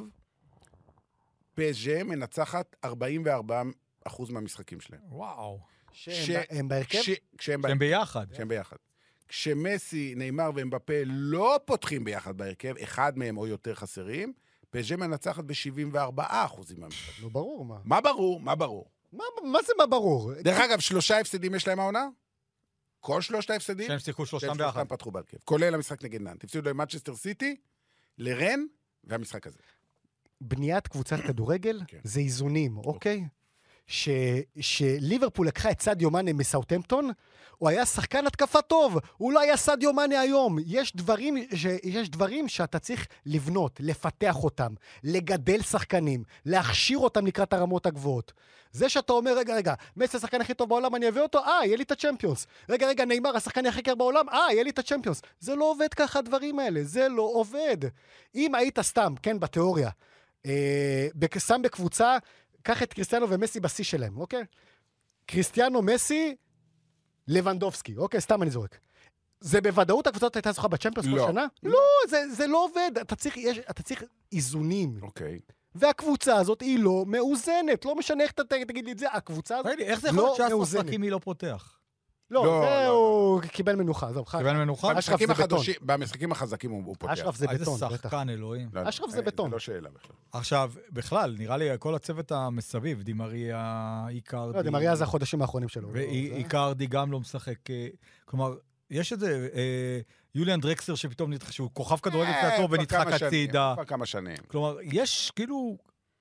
PSG מנצחת 44% מהמשחקים שלהם. וואו. שהם בהרכב? שהם ביחד. שהם ביחד. כשמסי, ניימר ואמבפה לא פותחים ביחד בהרכב, אחד מהם או יותר חסרים, PSG מנצחת ב-74% מהמשחקים. לא ברור, מה? מה ברור? מה זה מה ברור? דרך אגב, 3 הפסדים יש להם העונה? כל 3 ההפסדים, שהם שיחקו 3 ביחד. פתחו בהרכב, כולל המשחק נגד ננט. הפסידו למנצ'סטר סיטי, לרן, והמשחק הזה. בניית קבוצת כדורגל זה איזונים, אוקיי? שליברפול לקחה את סדיו מאנה מסאות'המפטון, הוא היה שחקן התקפה טוב, הוא לא היה סדיו מאנה היום. יש דברים שאתה צריך לבנות, לפתח אותם, לגדל שחקנים, להכשיר אותם לקראת הרמות הגבוהות. זה שאתה אומר, רגע, מסי השחקן הכי טוב בעולם, אני אביא אותו, יהיה לי את הצ'מפיונס. רגע, ניימר, השחקן הכי קר בעולם, יהיה לי את הצ'מפיונס. זה לא עובד ככה הדברים האלה, זה לא עובד. אם היית סתם, כן, בתיאוריה, שם בקבוצה, קח את קריסטיאנו ומסי בשיא שלהם, אוקיי? קריסטיאנו, מסי, לבנדובסקי, אוקיי? סתם אני זורק. זה בוודאות הקבוצות הייתה זוכה בצ'מפיונס כל שנה? לא, זה לא עובד. אתה צריך איזונים. אוקיי. והקבוצה הזאת היא לא מאוזנת. לא משנה איך אתה תגיד לי את זה, הקבוצה הזאת איך זה יכול להיות לא שהסוף מאוזנת. חכימי לא פותח? לא, הוא קיבל מנוחה. קיבל מנוחה? במשחקים החזקים הוא פותח. אשרף זה בטון. איזה שחקן, אלוהים. אשרף זה בטון. זה לא שאלה בכלל. עכשיו, בכלל, נראה לי כל הצוות המסביב, דימריה, איקרדי... לא, דימריה זה החודשים האחרונים שלו. ואיקרדי גם לא משחק. כלומר, יש איזה יוליאן דרקסלר שפתאום שהוא כוכב כדורגל קצת ונדחק הצידה. כבר כמה שנים. כלומר, יש כאילו...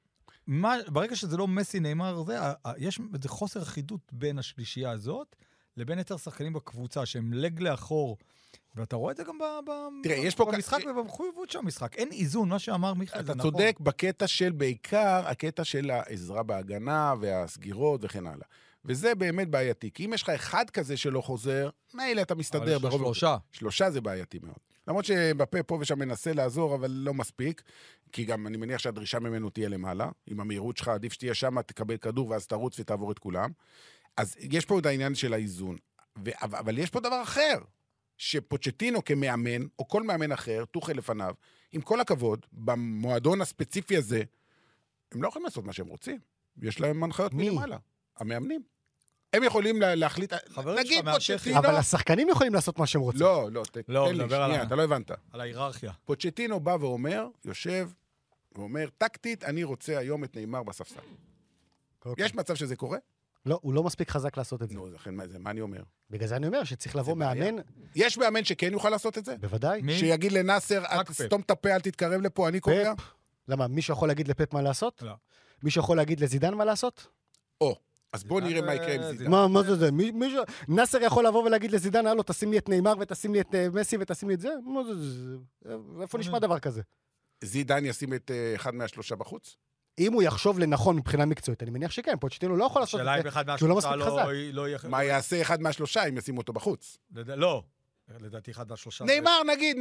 ברגע שזה לא מסי נאמר, יש איזה חוסר אחידות בין השלישייה הזאת, לבין יותר שחקנים בקבוצה, שהם לג לאחור, ואתה רואה את זה גם במשחק ובמחויבות של המשחק. אין איזון, מה שאמר מיכאל, זה נכון. אתה צודק בקטע של בעיקר, הקטע של העזרה בהגנה והסגירות וכן הלאה. וזה באמת בעייתי, כי אם יש לך אחד כזה שלא חוזר, מילא אתה מסתדר ברוב... שלושה זה בעייתי מאוד. למרות שבפה פה ושם מנסה לעזור, אבל לא מספיק, כי גם אני מניח שהדרישה ממנו תהיה למעלה, עם המהירות שלך, עדיף שתהיה שם, תקבל כדור ואז תרוץ ותעבור את כולם. אז יש פה את העניין של האיזון. אבל יש פה דבר אחר, שפוצ'טינו כמאמן, או כל מאמן אחר, תוכל לפניו, עם כל הכבוד, במועדון הספציפי הזה, הם לא יכולים לעשות מה שהם רוצים. יש להם הנחיות מלמעלה. המאמנים. הם יכולים להחליט... נגיד פוצ'טינו... אבל השחקנים יכולים לעשות מה שהם רוצים. לא, תן לי, שנייה, אתה לא הבנת. על ההיררכיה. פוצ'טינו בא ואומר, יושב, ואומר, טקטית, אני רוצה היום את נאמר בספסל. יש מצב שזה קורה? לא, הוא לא מספיק חזק לעשות את זה. נו, מה אני אומר? בגלל זה אני אומר שצריך לבוא מאמן... יש מאמן שכן יוכל לעשות את זה? בוודאי. שיגיד לנאסר, סתום את הפה, אל תתקרב לפה, אני קורא? למה, מישהו יכול להגיד לפפ מה לעשות? לא. מישהו יכול להגיד לזידן מה לעשות? אז בוא נראה מה יקרה עם זידן. מה זה? נאסר יכול לבוא ולהגיד לזידן, הלו, תשים לי את נאמר ותשים לי את מסי ותשים לי את זה? מה זה? איפה נשמע דבר כזה? זידן ישים את אחד מהשלושה בחוץ? אם הוא יחשוב לנכון מבחינה מקצועית, אני מניח שכן, פוצ'טינו לא יכול לעשות את זה, שהוא לא מספיק חזק. מה יעשה אחד מהשלושה אם ישימו אותו בחוץ? לא. לדעתי אחד מהשלושה. נאמר, נגיד,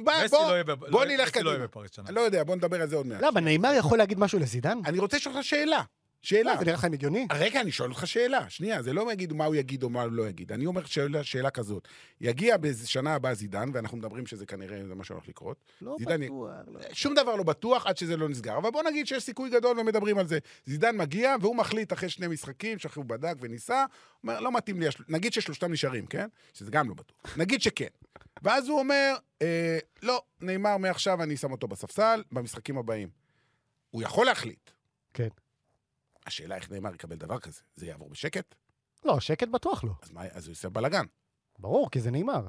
בוא נלך קדימה. לא יודע, בוא נדבר על זה עוד מעט. למה, נאמר יכול להגיד משהו לזידן? אני רוצה לשאול לך שאלה. שאלה. זה נראה לך הגיוני? רגע, אני שואל אותך שאלה. שנייה, זה לא יגיד מה הוא יגיד או מה הוא לא יגיד. אני אומר שאלה כזאת. יגיע בשנה הבאה זידן, ואנחנו מדברים שזה כנראה זה מה שהולך לקרות. לא בטוח. שום דבר לא בטוח עד שזה לא נסגר. אבל בוא נגיד שיש סיכוי גדול ומדברים על זה. זידן מגיע, והוא מחליט אחרי 2 משחקים, שהוא בדק וניסה, אומר, לא מתאים לי, נגיד ששלושתם נשארים, כן? שזה גם לא בטוח. נגיד שכן. ואז הוא אומר, לא, נאמר מעכשיו אני שם אותו בספסל, במשחקים הבאים. הוא יכול להחליט. כן. השאלה איך נאמר יקבל דבר כזה. זה יעבור בשקט? לא, שקט בטוח לא. אז הוא יעשה בלגן. ברור, כי זה נאמר.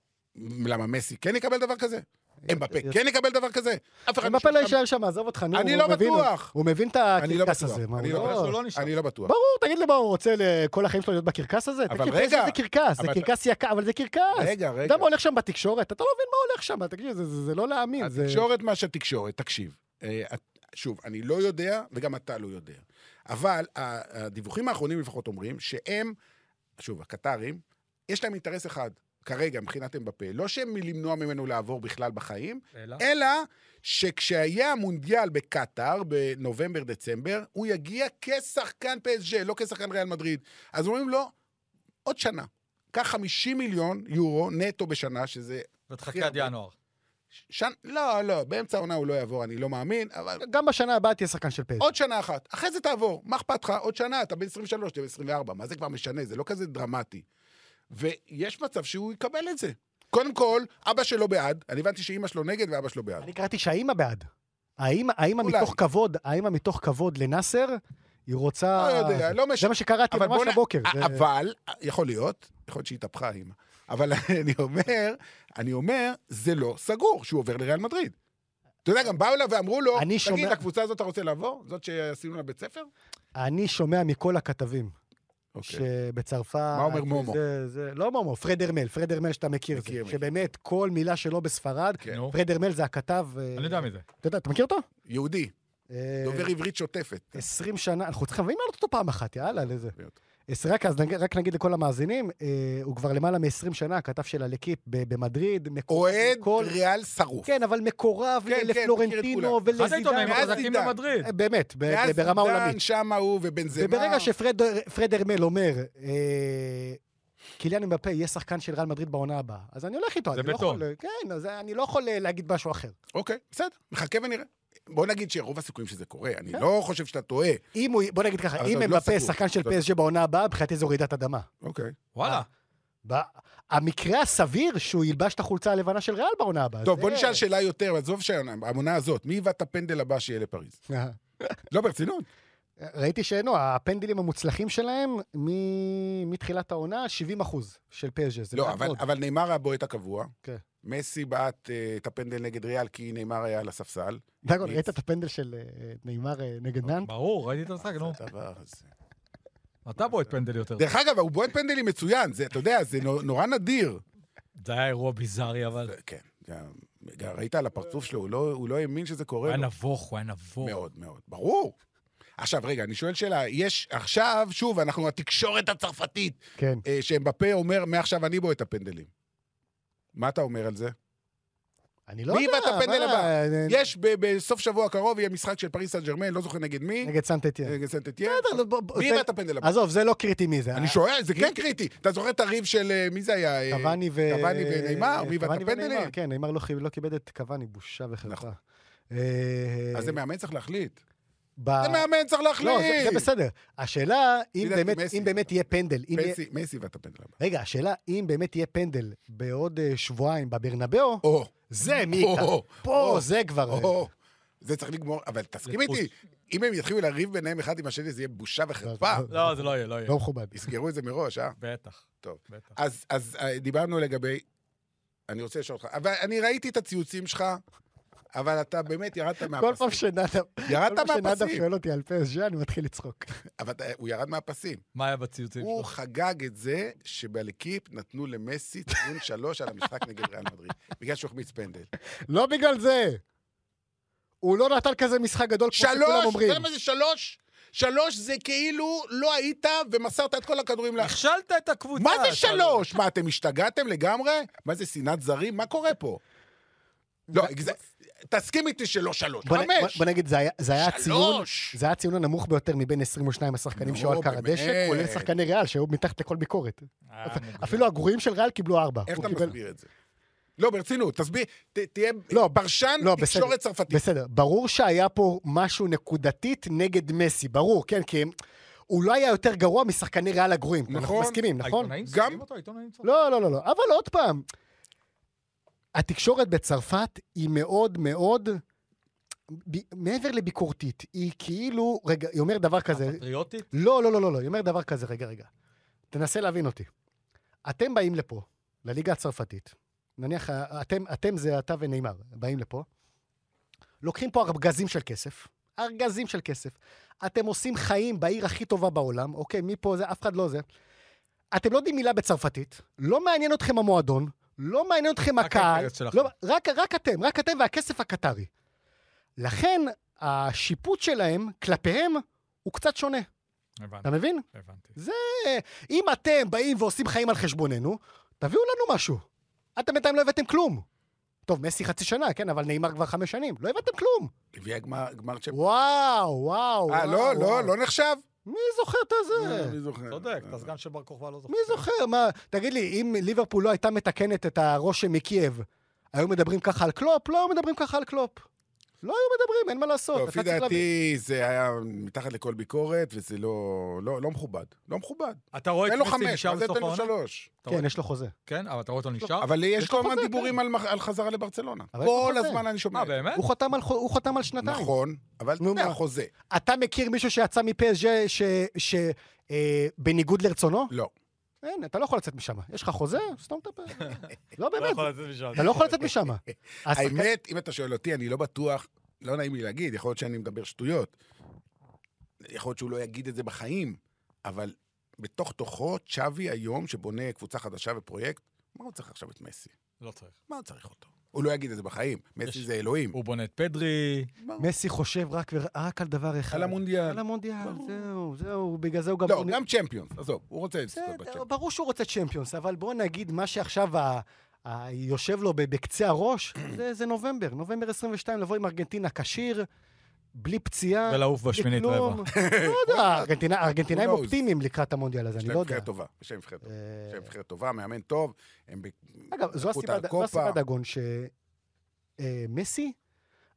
למה מסי כן יקבל דבר כזה? אמבפה כן יקבל דבר כזה? אמבפה לא יישאר שם, עזוב אותך, נו. אני לא בטוח. הוא מבין את הקרקס הזה. אני לא בטוח. ברור, תגיד לי מה הוא רוצה לכל החיים שלו להיות בקרקס הזה? אבל רגע. זה קרקס, זה קרקס יקר, אבל זה קרקס. רגע. אתה הולך שם בתקשורת, אתה לא מבין מה הולך שם, תקשיב, זה לא להאמין. התקשורת מה שהתקשורת, תקשיב. שוב, אני לא יודע, וגם אתה לא יודע. אבל הדיווחים האחרונים לפחות אומרים שהם, שוב, הקטרים, יש להם אינטרס אחד, כרגע, מבחינת אמבפה, לא שהם למנוע ממנו לעבור בכלל בחיים, אלא שכשהיה המונדיאל בקטר, בנובמבר-דצמבר, הוא יגיע כשחקן PSG, לא כשחקן ריאל מדריד. אז אומרים לו, עוד שנה, כך 50 מיליון יורו נטו בשנה, שזה... ותחכה עד ינואר. לא, באמצע העונה הוא לא יעבור, אני לא מאמין, אבל... גם בשנה הבאה תהיה שחקן של PSG. עוד שנה אחת, אחרי זה תעבור, מה אכפת לך? עוד שנה, אתה בין 23, אתה בין 24, מה זה כבר משנה? זה לא כזה דרמטי. ויש מצב שהוא יקבל את זה. קודם כל, אבא שלו בעד, אני הבנתי שאמא שלו נגד ואבא שלו בעד. אני קראתי שהאמא בעד. האמא מתוך כבוד לנאסר, היא רוצה... לא יודע, לא משנה. זה מה שקראתי ממש הבוקר. אבל, יכול להיות שהיא התהפכה האמא. אבל אני אומר, זה לא סגור שהוא עובר לריאל מדריד. אתה יודע, גם באו לה ואמרו לו, תגיד, לקבוצה הזאת אתה רוצה לעבור? זאת שעשינו לה בית ספר? אני שומע מכל הכתבים, שבצרפת... מה אומר מומו? לא מומו, פרד הרמל שאתה מכיר, שבאמת כל מילה שלו בספרד, פרד הרמל זה הכתב... אני יודע מזה. אתה מכיר אותו? יהודי. דובר עברית שוטפת. 20 שנה, אנחנו צריכים להבין לעלות אותו פעם אחת, יאללה, לזה. רק נגיד לכל המאזינים, הוא כבר למעלה מ-20 שנה, כתב של הלקיפ במדריד. אוהד ריאל שרוף. כן, אבל מקורב לפלורנטינו ולזידן. באמת, ברמה עולמית. זידן, שמה הוא ובנזמה. וברגע שפרד הרמל אומר, קיליאן אמבפה יהיה שחקן של ריאל מדריד בעונה הבאה, אז אני הולך איתו. זה בטון. כן, אז אני לא יכול להגיד משהו אחר. אוקיי, בסדר, נחכה ונראה. בוא נגיד שרוב הסיכויים שזה קורה, אני לא חושב שאתה טועה. בוא נגיד ככה, אבל אם זה עוד לא מבפה סגור. שחקן של PSG בעונה הבאה, מבחינתי זו רעידת אדמה. אוקיי. וואלה. המקרה הסביר שהוא ילבש את החולצה הלבנה של ריאל בעונה הבאה. טוב, בוא נשאל שאלה יותר, עזוב שהעונה הזאת, מי היווה את הפנדל הבא שיהיה לפריז? לא, ברצינות. ראיתי שאינו, הפנדלים המוצלחים שלהם, מתחילת העונה, 70% של PSG. לא, אבל נאמר הבועט הקבוע. כן. מסי בעט את הפנדל נגד ריאל, כי נאמר היה על הספסל. דגון, ראית את הפנדל של נאמר נגד נאנט? ברור, ראיתי את המשחק, נו. הדבר הזה. אתה בועט פנדל יותר. דרך אגב, הוא בועט פנדלים מצוין, אתה יודע, זה נורא נדיר. זה היה אירוע ביזארי, אבל... כן, ראית על הפרצוף שלו, הוא לא האמין שזה קורה. הוא היה נבוך, הוא היה נבוך. מאוד, מאוד, ברור. עכשיו, רגע, אני שואל שאלה, יש עכשיו, שוב, אנחנו התקשורת הצרפתית, כן. שמבפה אומר, מעכשיו אני בועט את הפנדלים. מה אתה אומר על זה? אני לא מי יודע. היווה את הפנדל הבא? יש בסוף שבוע הקרוב, יהיה משחק של פריס סן ז'רמן, לא זוכר נגד מי. נגד סנט-אטיין. נגד סנט-אטיין. מי היווה את הפנדל הבא? עזוב, זה לא קריטי מי זה. אני שואל, זה כן קריטי. אתה זוכר את הריב של, מי זה היה? קוואני ונאמר, מי היווה את הפנדלים? כן, נאמר לא כיבד את קוואני, בושה וחרפה. אז זה מאמן צריך להחליט. זה מאמן צריך להחליט. לא, זה בסדר. השאלה, אם באמת יהיה פנדל. מסי היווה את הפנדל הבא. רגע, השאלה, אם באמת יהיה פנדל בעוד שבועיים בברנבאו, זה מי פה, זה כבר... זה צריך לגמור, אבל תסכים איתי, אם הם יתחילו לריב ביניהם אחד עם השני, זה יהיה בושה וחרפה. לא, זה לא יהיה, לא יהיה. לא מכובד. יסגרו את זה מראש, בטח. טוב. בטח. אז דיברנו לגבי... אני רוצה לשאול אותך, אבל אני ראיתי את הציוצים שלך, אבל אתה באמת ירדת מהפסים. כל פעם שנדב שואל אותי על PSG, אני מתחיל לצחוק. אבל הוא ירד מהפסים. מה היה בציוצים שלו? הוא חגג את זה שבלקיפ נתנו למסי ציון 3 על המשחק נגד ריאל מדריד, בגלל שהוא החמיץ פנדל. לא בגלל זה. הוא לא נתן כזה משחק גדול כמו שכולם אומרים. 3, זה 3? 3 זה כאילו לא היית ומסרת את כל הכדורים לה. נכשלת את הקבוצה. מה זה 3? מה, אתם השתגעתם לגמרי? מה זה שנאת זרים? מה קורה פה? לא, תסכים איתי שלא 3, 5. בוא נגיד, זה היה הציון הנמוך ביותר מבין 22 השחקנים שהיו על קר הדשא, כולל שחקני ריאל שהיו מתחת לכל ביקורת. אפילו הגרועים של ריאל קיבלו 4. איך אתה מסביר את זה? לא, ברצינות, תסביר, תהיה פרשן תקשורת צרפתית. בסדר, ברור שהיה פה משהו נקודתית נגד מסי, ברור, כן, כי הוא לא היה יותר גרוע משחקני ריאל הגרועים. אנחנו מסכימים, נכון? העיתונאים שמים אותו? העיתונאים שמים אותו? לא, אבל עוד פעם, התקשורת בצרפת היא מאוד מאוד, מעבר לביקורתית, היא כאילו, רגע, היא אומר דבר כזה. פטריוטית? לא, היא אומר דבר כזה, רגע. תנסה להבין אותי. אתם באים לפה, לליגה הצרפתית, נניח, אתם זה אתה ונאמר, באים לפה, לוקחים פה ארגזים של כסף, אתם עושים חיים בעיר הכי טובה בעולם, אוקיי, מפה זה, אף אחד לא זה, אתם לא יודעים מילה בצרפתית, לא מעניין אתכם המועדון, לא מעניין אתכם הקהל, רק אתם והכסף הקטרי. לכן, השיפוט שלהם, כלפיהם, הוא קצת שונה. אתה מבין? הבנתי. זה, אם אתם באים ועושים חיים על חשבוננו, תביאו לנו משהו. אתם בינתיים לא הבאתם כלום. טוב, מסי חצי שנה, כן, אבל נאמר כבר 5 שנים. לא הבאתם כלום. הביא גמר צ'מפיונס. וואו. לא נחשב? מי זוכר את זה? צודק, אתה סגן של בר כוכבא לא זוכר. מי זוכר? מה, תגיד לי, אם ליברפול לא הייתה מתקנת את הרושם מקייב, היו מדברים ככה על קלופ? לא היו מדברים ככה על קלופ. לא היו מדברים, אין מה לעשות. לפי דעתי זה היה מתחת לכל ביקורת, וזה לא מכובד. לא מכובד. אתה רואה את מסי נשאר בסוף העונה? 3. כן, יש לו חוזה. כן, אבל אתה רואה אותו נשאר? אבל יש כל הזמן דיבורים על חזרה לברצלונה. כל הזמן אני שומע. באמת? הוא חתם על 2. נכון, אבל אתה יודע, חוזה. אתה מכיר מישהו שיצא מפסג' בניגוד לרצונו? לא. אין, אתה לא יכול לצאת משם. יש לך חוזה? סתום את הפה. לא באמת. אתה לא יכול לצאת משם. האמת, אם אתה שואל אותי, אני לא בטוח, לא נעים לי להגיד, יכול להיות שאני מדבר שטויות. יכול להיות שהוא לא יגיד את זה בחיים, אבל בתוך תוכו, צ'אבי היום, שבונה קבוצה חדשה ופרויקט, מה הוא צריך עכשיו את מסי? לא צריך. מה הוא צריך אותו? הוא לא יגיד את זה בחיים. מסי זה אלוהים. הוא בונה את פדרי. מסי חושב רק על דבר אחד. על המונדיאל. על המונדיאל, זהו, בגלל זה הוא גם... לא, גם צ'מפיונס, עזוב, הוא רוצה את זה. ברור שהוא רוצה צ'מפיונס, אבל בוא נגיד, מה שעכשיו יושב לו בקצה הראש, זה נובמבר 22, לבוא עם ארגנטינה כשיר, בלי פציעה, ולעוף בשמינית רבע. לא יודע, ארגנטינאים אופטימיים לקראת המונדיאל הזה, אני לא יודע. יש להם נבחרת טובה, מאמן טוב. אגב, זו הסיבה דגון שמסי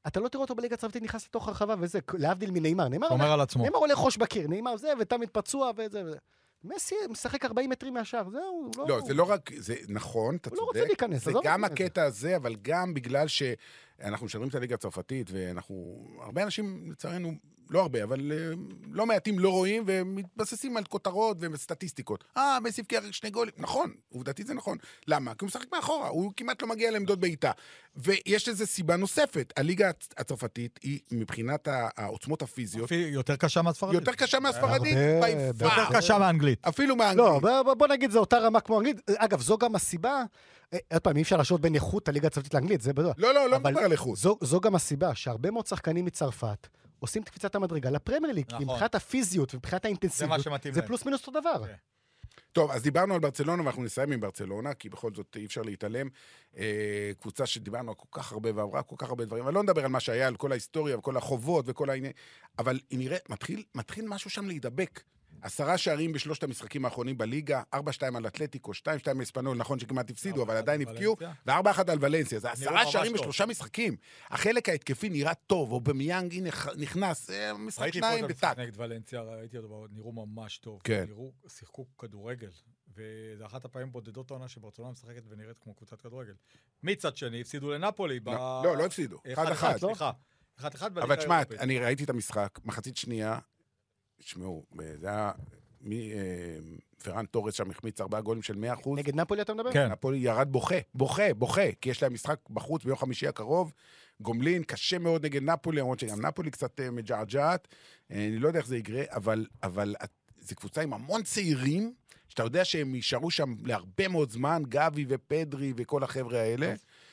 אתה לא תראה אותו בליגה הצרפתית נכנס לתוך הרחבה וזה, להבדיל מנאמר. שומר על עצמו. נאמר הולך ראש בקיר, נאמר זה, ותמיד פצוע וזה. מסי משחק 40 מטרים מהשאר, זהו. לא, זה לא רק, זה נכון, אתה צודק. הוא לא רוצה להיכנס, זה גם הקטע הזה, אבל גם בגלל שאנחנו משדרים את הליגה הצרפתית, ואנחנו, הרבה אנשים, לצערנו, לא הרבה, אבל לא מעטים לא רואים, ומתבססים על כותרות וסטטיסטיקות. מסי הבקיע 2 גולים. נכון, עובדתית זה נכון. למה? כי הוא משחק מאחורה, הוא כמעט לא מגיע לעמדות בעיטה. ויש לזה סיבה נוספת. הליגה הצרפתית היא, מבחינת העוצמות הפיזיות, יותר קשה מהספרדית. יותר קשה מהספרדית, יותר קשה מהאנגלית. אפילו מהאנגלית. לא, בוא נגיד, זה אותה רמה כמו אנגלית. אגב, זו גם הסיבה, עוד פעם, אי אפשר להשוות בין איכות הליגה הצרפתית לאנגלית, זה בטוח. לא מדבר על איכות. זו גם הסיבה שהרבה מאוד שחקנים מצרפת עושים את קפיצת המדרגה לפרמייר ליג, כי מבחינת הפיזיות ומבחינת האינטנסיביות, זה פלוס מינוס אותו דבר. טוב, אז דיברנו על ברצלונה, ואנחנו נסיים עם ברצלונה, כי בכל זאת אי אפשר להתעלם. קבוצה שדיברנו על כל כך הרבה ועברה, כל כך הרבה דברים, אבל לא נדבר על מה שהיה, על כל ההיסטוריה וכל החובות וכל העניין, אבל היא נראית, מתחיל משהו שם להידבק. 10 שערים בשלושת המשחקים האחרונים בליגה, 4-2 על אתלטיקו, 2-2 אספנול, נכון שכמעט הפסידו, אבל עדיין הבקיעו, ו4-1 על ולנסיה. זה 10 שערים ב3 משחקים. החלק ההתקפי נראה טוב, או במיאנג, הנה נכנס, משחק 2 בטק. ראיתי פה את המשחק נגד ולנסיה, ראיתי אותו, נראו ממש טוב. כן. שיחקו כדורגל, וזה אחת הפעמים בודדות העונה שברצלונה משחקת ונראית כמו קבוצת כדורגל. מצד שני, הפסידו לנפולי. לא הפסידו, 1-1. סליחה. 1-1 אבל תשמע, אני ראיתי את המשחק, מחצית שנייה, תשמעו, זה היה פרן טורס שם החמיץ 4 גולים של 100%. נגד נפולי אתה מדבר? כן. נפולי ירד בוכה, כי יש להם משחק בחוץ ביום חמישי הקרוב, גומלין, קשה מאוד נגד נפולי, למרות שגם נפולי קצת מג'עג'עת, אני לא יודע איך זה יקרה, אבל זו קבוצה עם המון צעירים, שאתה יודע שהם יישארו שם להרבה מאוד זמן, גבי ופדרי וכל החבר'ה האלה,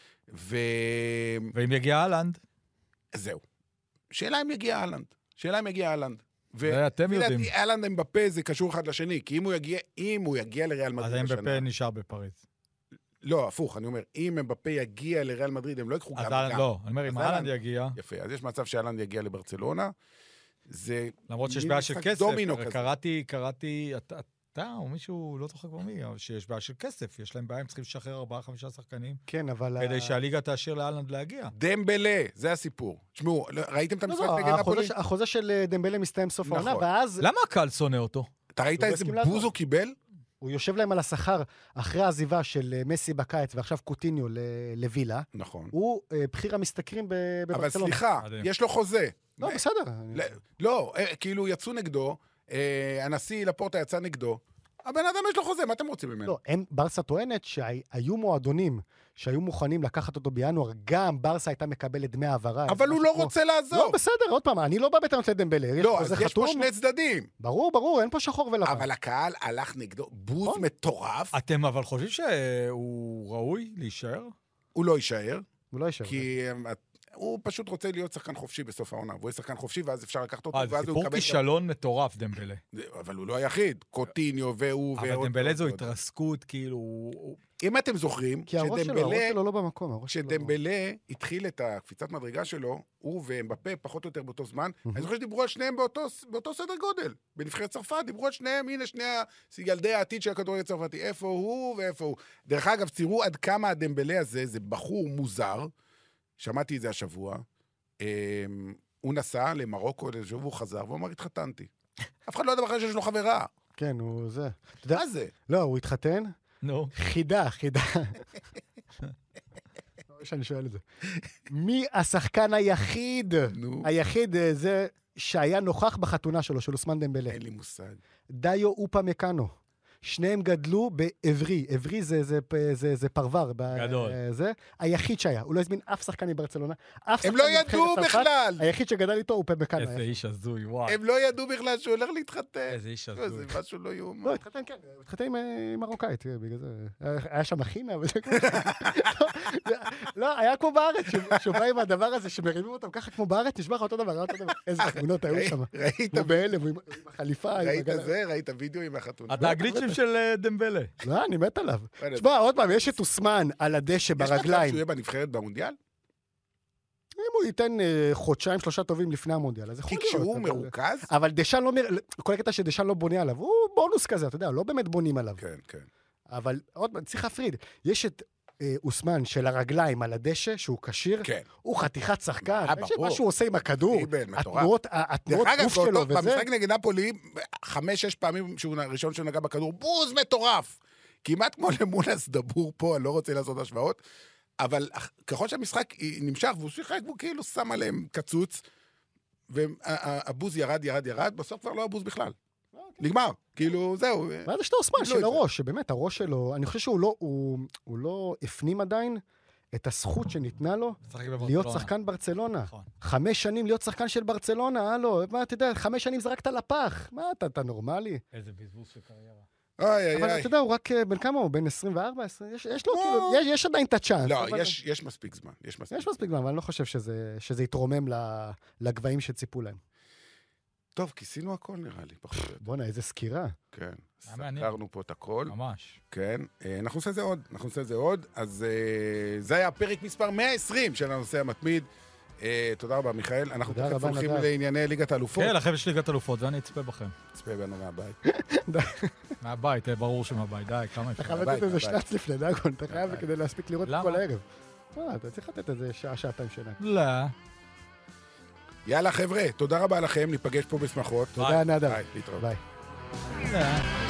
ואם יגיע אלנד? זהו. שאלה אם יגיע אלנד. ואתם יודעים. אלנד אמבפה זה קשור אחד לשני, כי אם הוא יגיע לריאל מדריד השנה... אז אמבפה נשאר בפריז. לא, הפוך, אני אומר, אם אמבפה יגיע לריאל מדריד, הם לא יקחו גם וגם. לא, אני אומר, אם אלנד יגיע... יפה, אז יש מצב שאלנד יגיע לברצלונה, זה... למרות שיש בעיה של כסף, קראתי, אתה או מישהו, לא זוכר כבר מי, שיש בעיה של כסף, יש להם בעיה, הם צריכים לשחרר 4-5 שחקנים. כן, אבל... כדי שהליגה תאשר לאלנד להגיע. דמבלה, זה הסיפור. תשמעו, ראיתם את המשחק נגד נפולי? החוזה של דמבלה מסתיים סוף העונה, ואז... למה הקהל שונא אותו? אתה ראית איזה בוז הוא קיבל? הוא יושב להם על השכר אחרי העזיבה של מסי בקיץ, ועכשיו קוטיניו לווילה. נכון. הוא בחיר המשתכרים בברצלונה. אבל סליחה, יש לו חוזה. לא, בסדר. לא, כאילו יצאו נגדו, הנשיא לפורטה יצא נגדו, הבן אדם יש לו חוזה, מה אתם רוצים ממנו? לא, ברסה טוענת שהיו מועדונים שהיו מוכנים לקחת אותו בינואר, גם ברסה הייתה מקבלת דמי העברה. אבל הוא לא רוצה לעזור. לא, בסדר, עוד פעם, אני לא בא בטענות לדמבלה. לא, אז יש פה שני צדדים. ברור, אין פה שחור ולבן. אבל הקהל הלך נגדו, בוז מטורף. אתם אבל חושבים שהוא ראוי להישאר? הוא לא יישאר. הוא לא יישאר. כי הוא פשוט רוצה להיות שחקן חופשי בסוף העונה. והוא יהיה שחקן חופשי, ואז אפשר לקחת אותו, ואז הוא סיפור כישלון מטורף, דמבלה. אבל הוא לא היחיד. קוטיניו והוא... אבל דמבלה זו התרסקות, כאילו... אם אתם זוכרים, כי הראש שלו לא במקום. כשדמבלה התחיל את הקפיצת מדרגה שלו, הוא ואמבפה פחות או יותר באותו זמן, אני זוכר שדיברו על שניהם באותו סדר גודל. בנבחרת צרפת דיברו על שניהם, הנה שני ילדי העתיד של הכדורגל הצרפתי, איפה הוא ואיפה הוא. דרך אגב, תראו עד כמה הדמבלה הזה, זה בחור מוזר, שמעתי את זה השבוע, הוא נסע למרוקו, והוא חזר, והוא אמר, התחתנתי. אף אחד לא יודע בכלל שיש לו חברה. כן, הוא זה. מה זה? לא, הוא התחתן. נו. חידה. שאני שואל את זה. מי השחקן היחיד זה שהיה נוכח בחתונה שלו, של אוסמן דמבלה? אין לי מושג. דיו אופה מקאנו. שניהם גדלו בעברי. עברי זה פרבר. גדול. זה היחיד שהיה. הוא לא הזמין אף שחקן מברצלונה. הם לא ידעו בכלל. היחיד שגדל איתו הוא מקאנו. איזה איש הזוי, וואו. הם לא ידעו בכלל שהוא הולך להתחתן. איזה איש הזוי. זה משהו לא יאומן. לא, התחתן, כן. התחתן עם מרוקאית, בגלל זה. היה שם אחינה, וזה כמו... לא, היה כמו בארץ, שהוא בא עם הדבר הזה, שמרימים אותם ככה כמו בארץ, נשמע לך אותו דבר. איזה תמונות היו שם. ראית? הוא בהלם, הוא עם החליפה. ראית זה? ראית וידאו עם החתונה? אתה הגליצ'ים של דמבלה. לא, אני מת עליו. תשמע, עוד פעם, יש את אוסמן על הדשא ברגליים. יש מצב שהוא יהיה בנבחרת במונדיאל? אם הוא ייתן חודשיים, 3 טובים לפני המונדיאל, אז יכול כי להיות. כשהוא מרוכז? אבל דשן לא... כל הקטע שדשן לא בונה עליו, הוא בונוס כזה, אתה יודע, לא באמת בונים עליו. כן, כן. אבל עוד פעם, צריך להפריד. יש את אוסמן של הרגליים על הדשא, שהוא קשיר, כן. הוא חתיכת שחקן. ברור. מה שהוא עושה עם הכדור, ריבל, מטורף. התנועות גוף שלו וזה. במשחק נגד נפולי, 5-6 פעמים שהוא הראשון שנגע בכדור, בוז מטורף. כמעט כמו למונס דבור פה, אני לא רוצה לעשות השוואות, אבל ככל שהמשחק נמשך, והוא שיחק, הוא כאילו שם עליהם קצוץ, והבוז ירד, בסוף כבר לא הבוז בכלל. נגמר, כאילו, זהו. מה זה שאתה אוסמן של הראש, שבאמת הראש שלו, אני חושב שהוא לא הפנים עדיין את הזכות שניתנה לו להיות שחקן ברצלונה. 5 שנים להיות שחקן של ברצלונה, הלו, מה אתה יודע, 5 שנים זרקת לפח, מה אתה נורמלי? איזה בזבוז של קריירה. אבל אתה יודע, הוא רק בין כמה הוא? בין 24, 20, יש לו כאילו, יש עדיין את הצ'אנס. לא, יש מספיק זמן. יש מספיק זמן, אבל אני לא חושב שזה יתרומם לגבהים שציפו להם. טוב, כיסינו הכל נראה לי, פחות. בוא'נה, איזה סקירה. כן, סקרנו פה את הכל. ממש. כן, אנחנו נעשה את זה עוד. אז זה היה פרק מספר 120 של הנושא המתמיד. תודה רבה, מיכאל. אנחנו תכף הולכים לענייני ליגת האלופות. כן, לכם יש ליגת האלופות, ואני אצפה בכם. אצפה בנו מהבית. מהבית, ברור שמהבית, די, כמה אפשר. אתה חייב לתת איזה שנץ לפני דאגון, אתה חייב כדי להספיק לראות את כל הערב. אתה צריך לתת איזה שעה, שעתיים שנה. לא. יאללה, חבר'ה, תודה רבה לכם, ניפגש פה בשמחות. תודה, נדב. ביי, להתראות. ביי.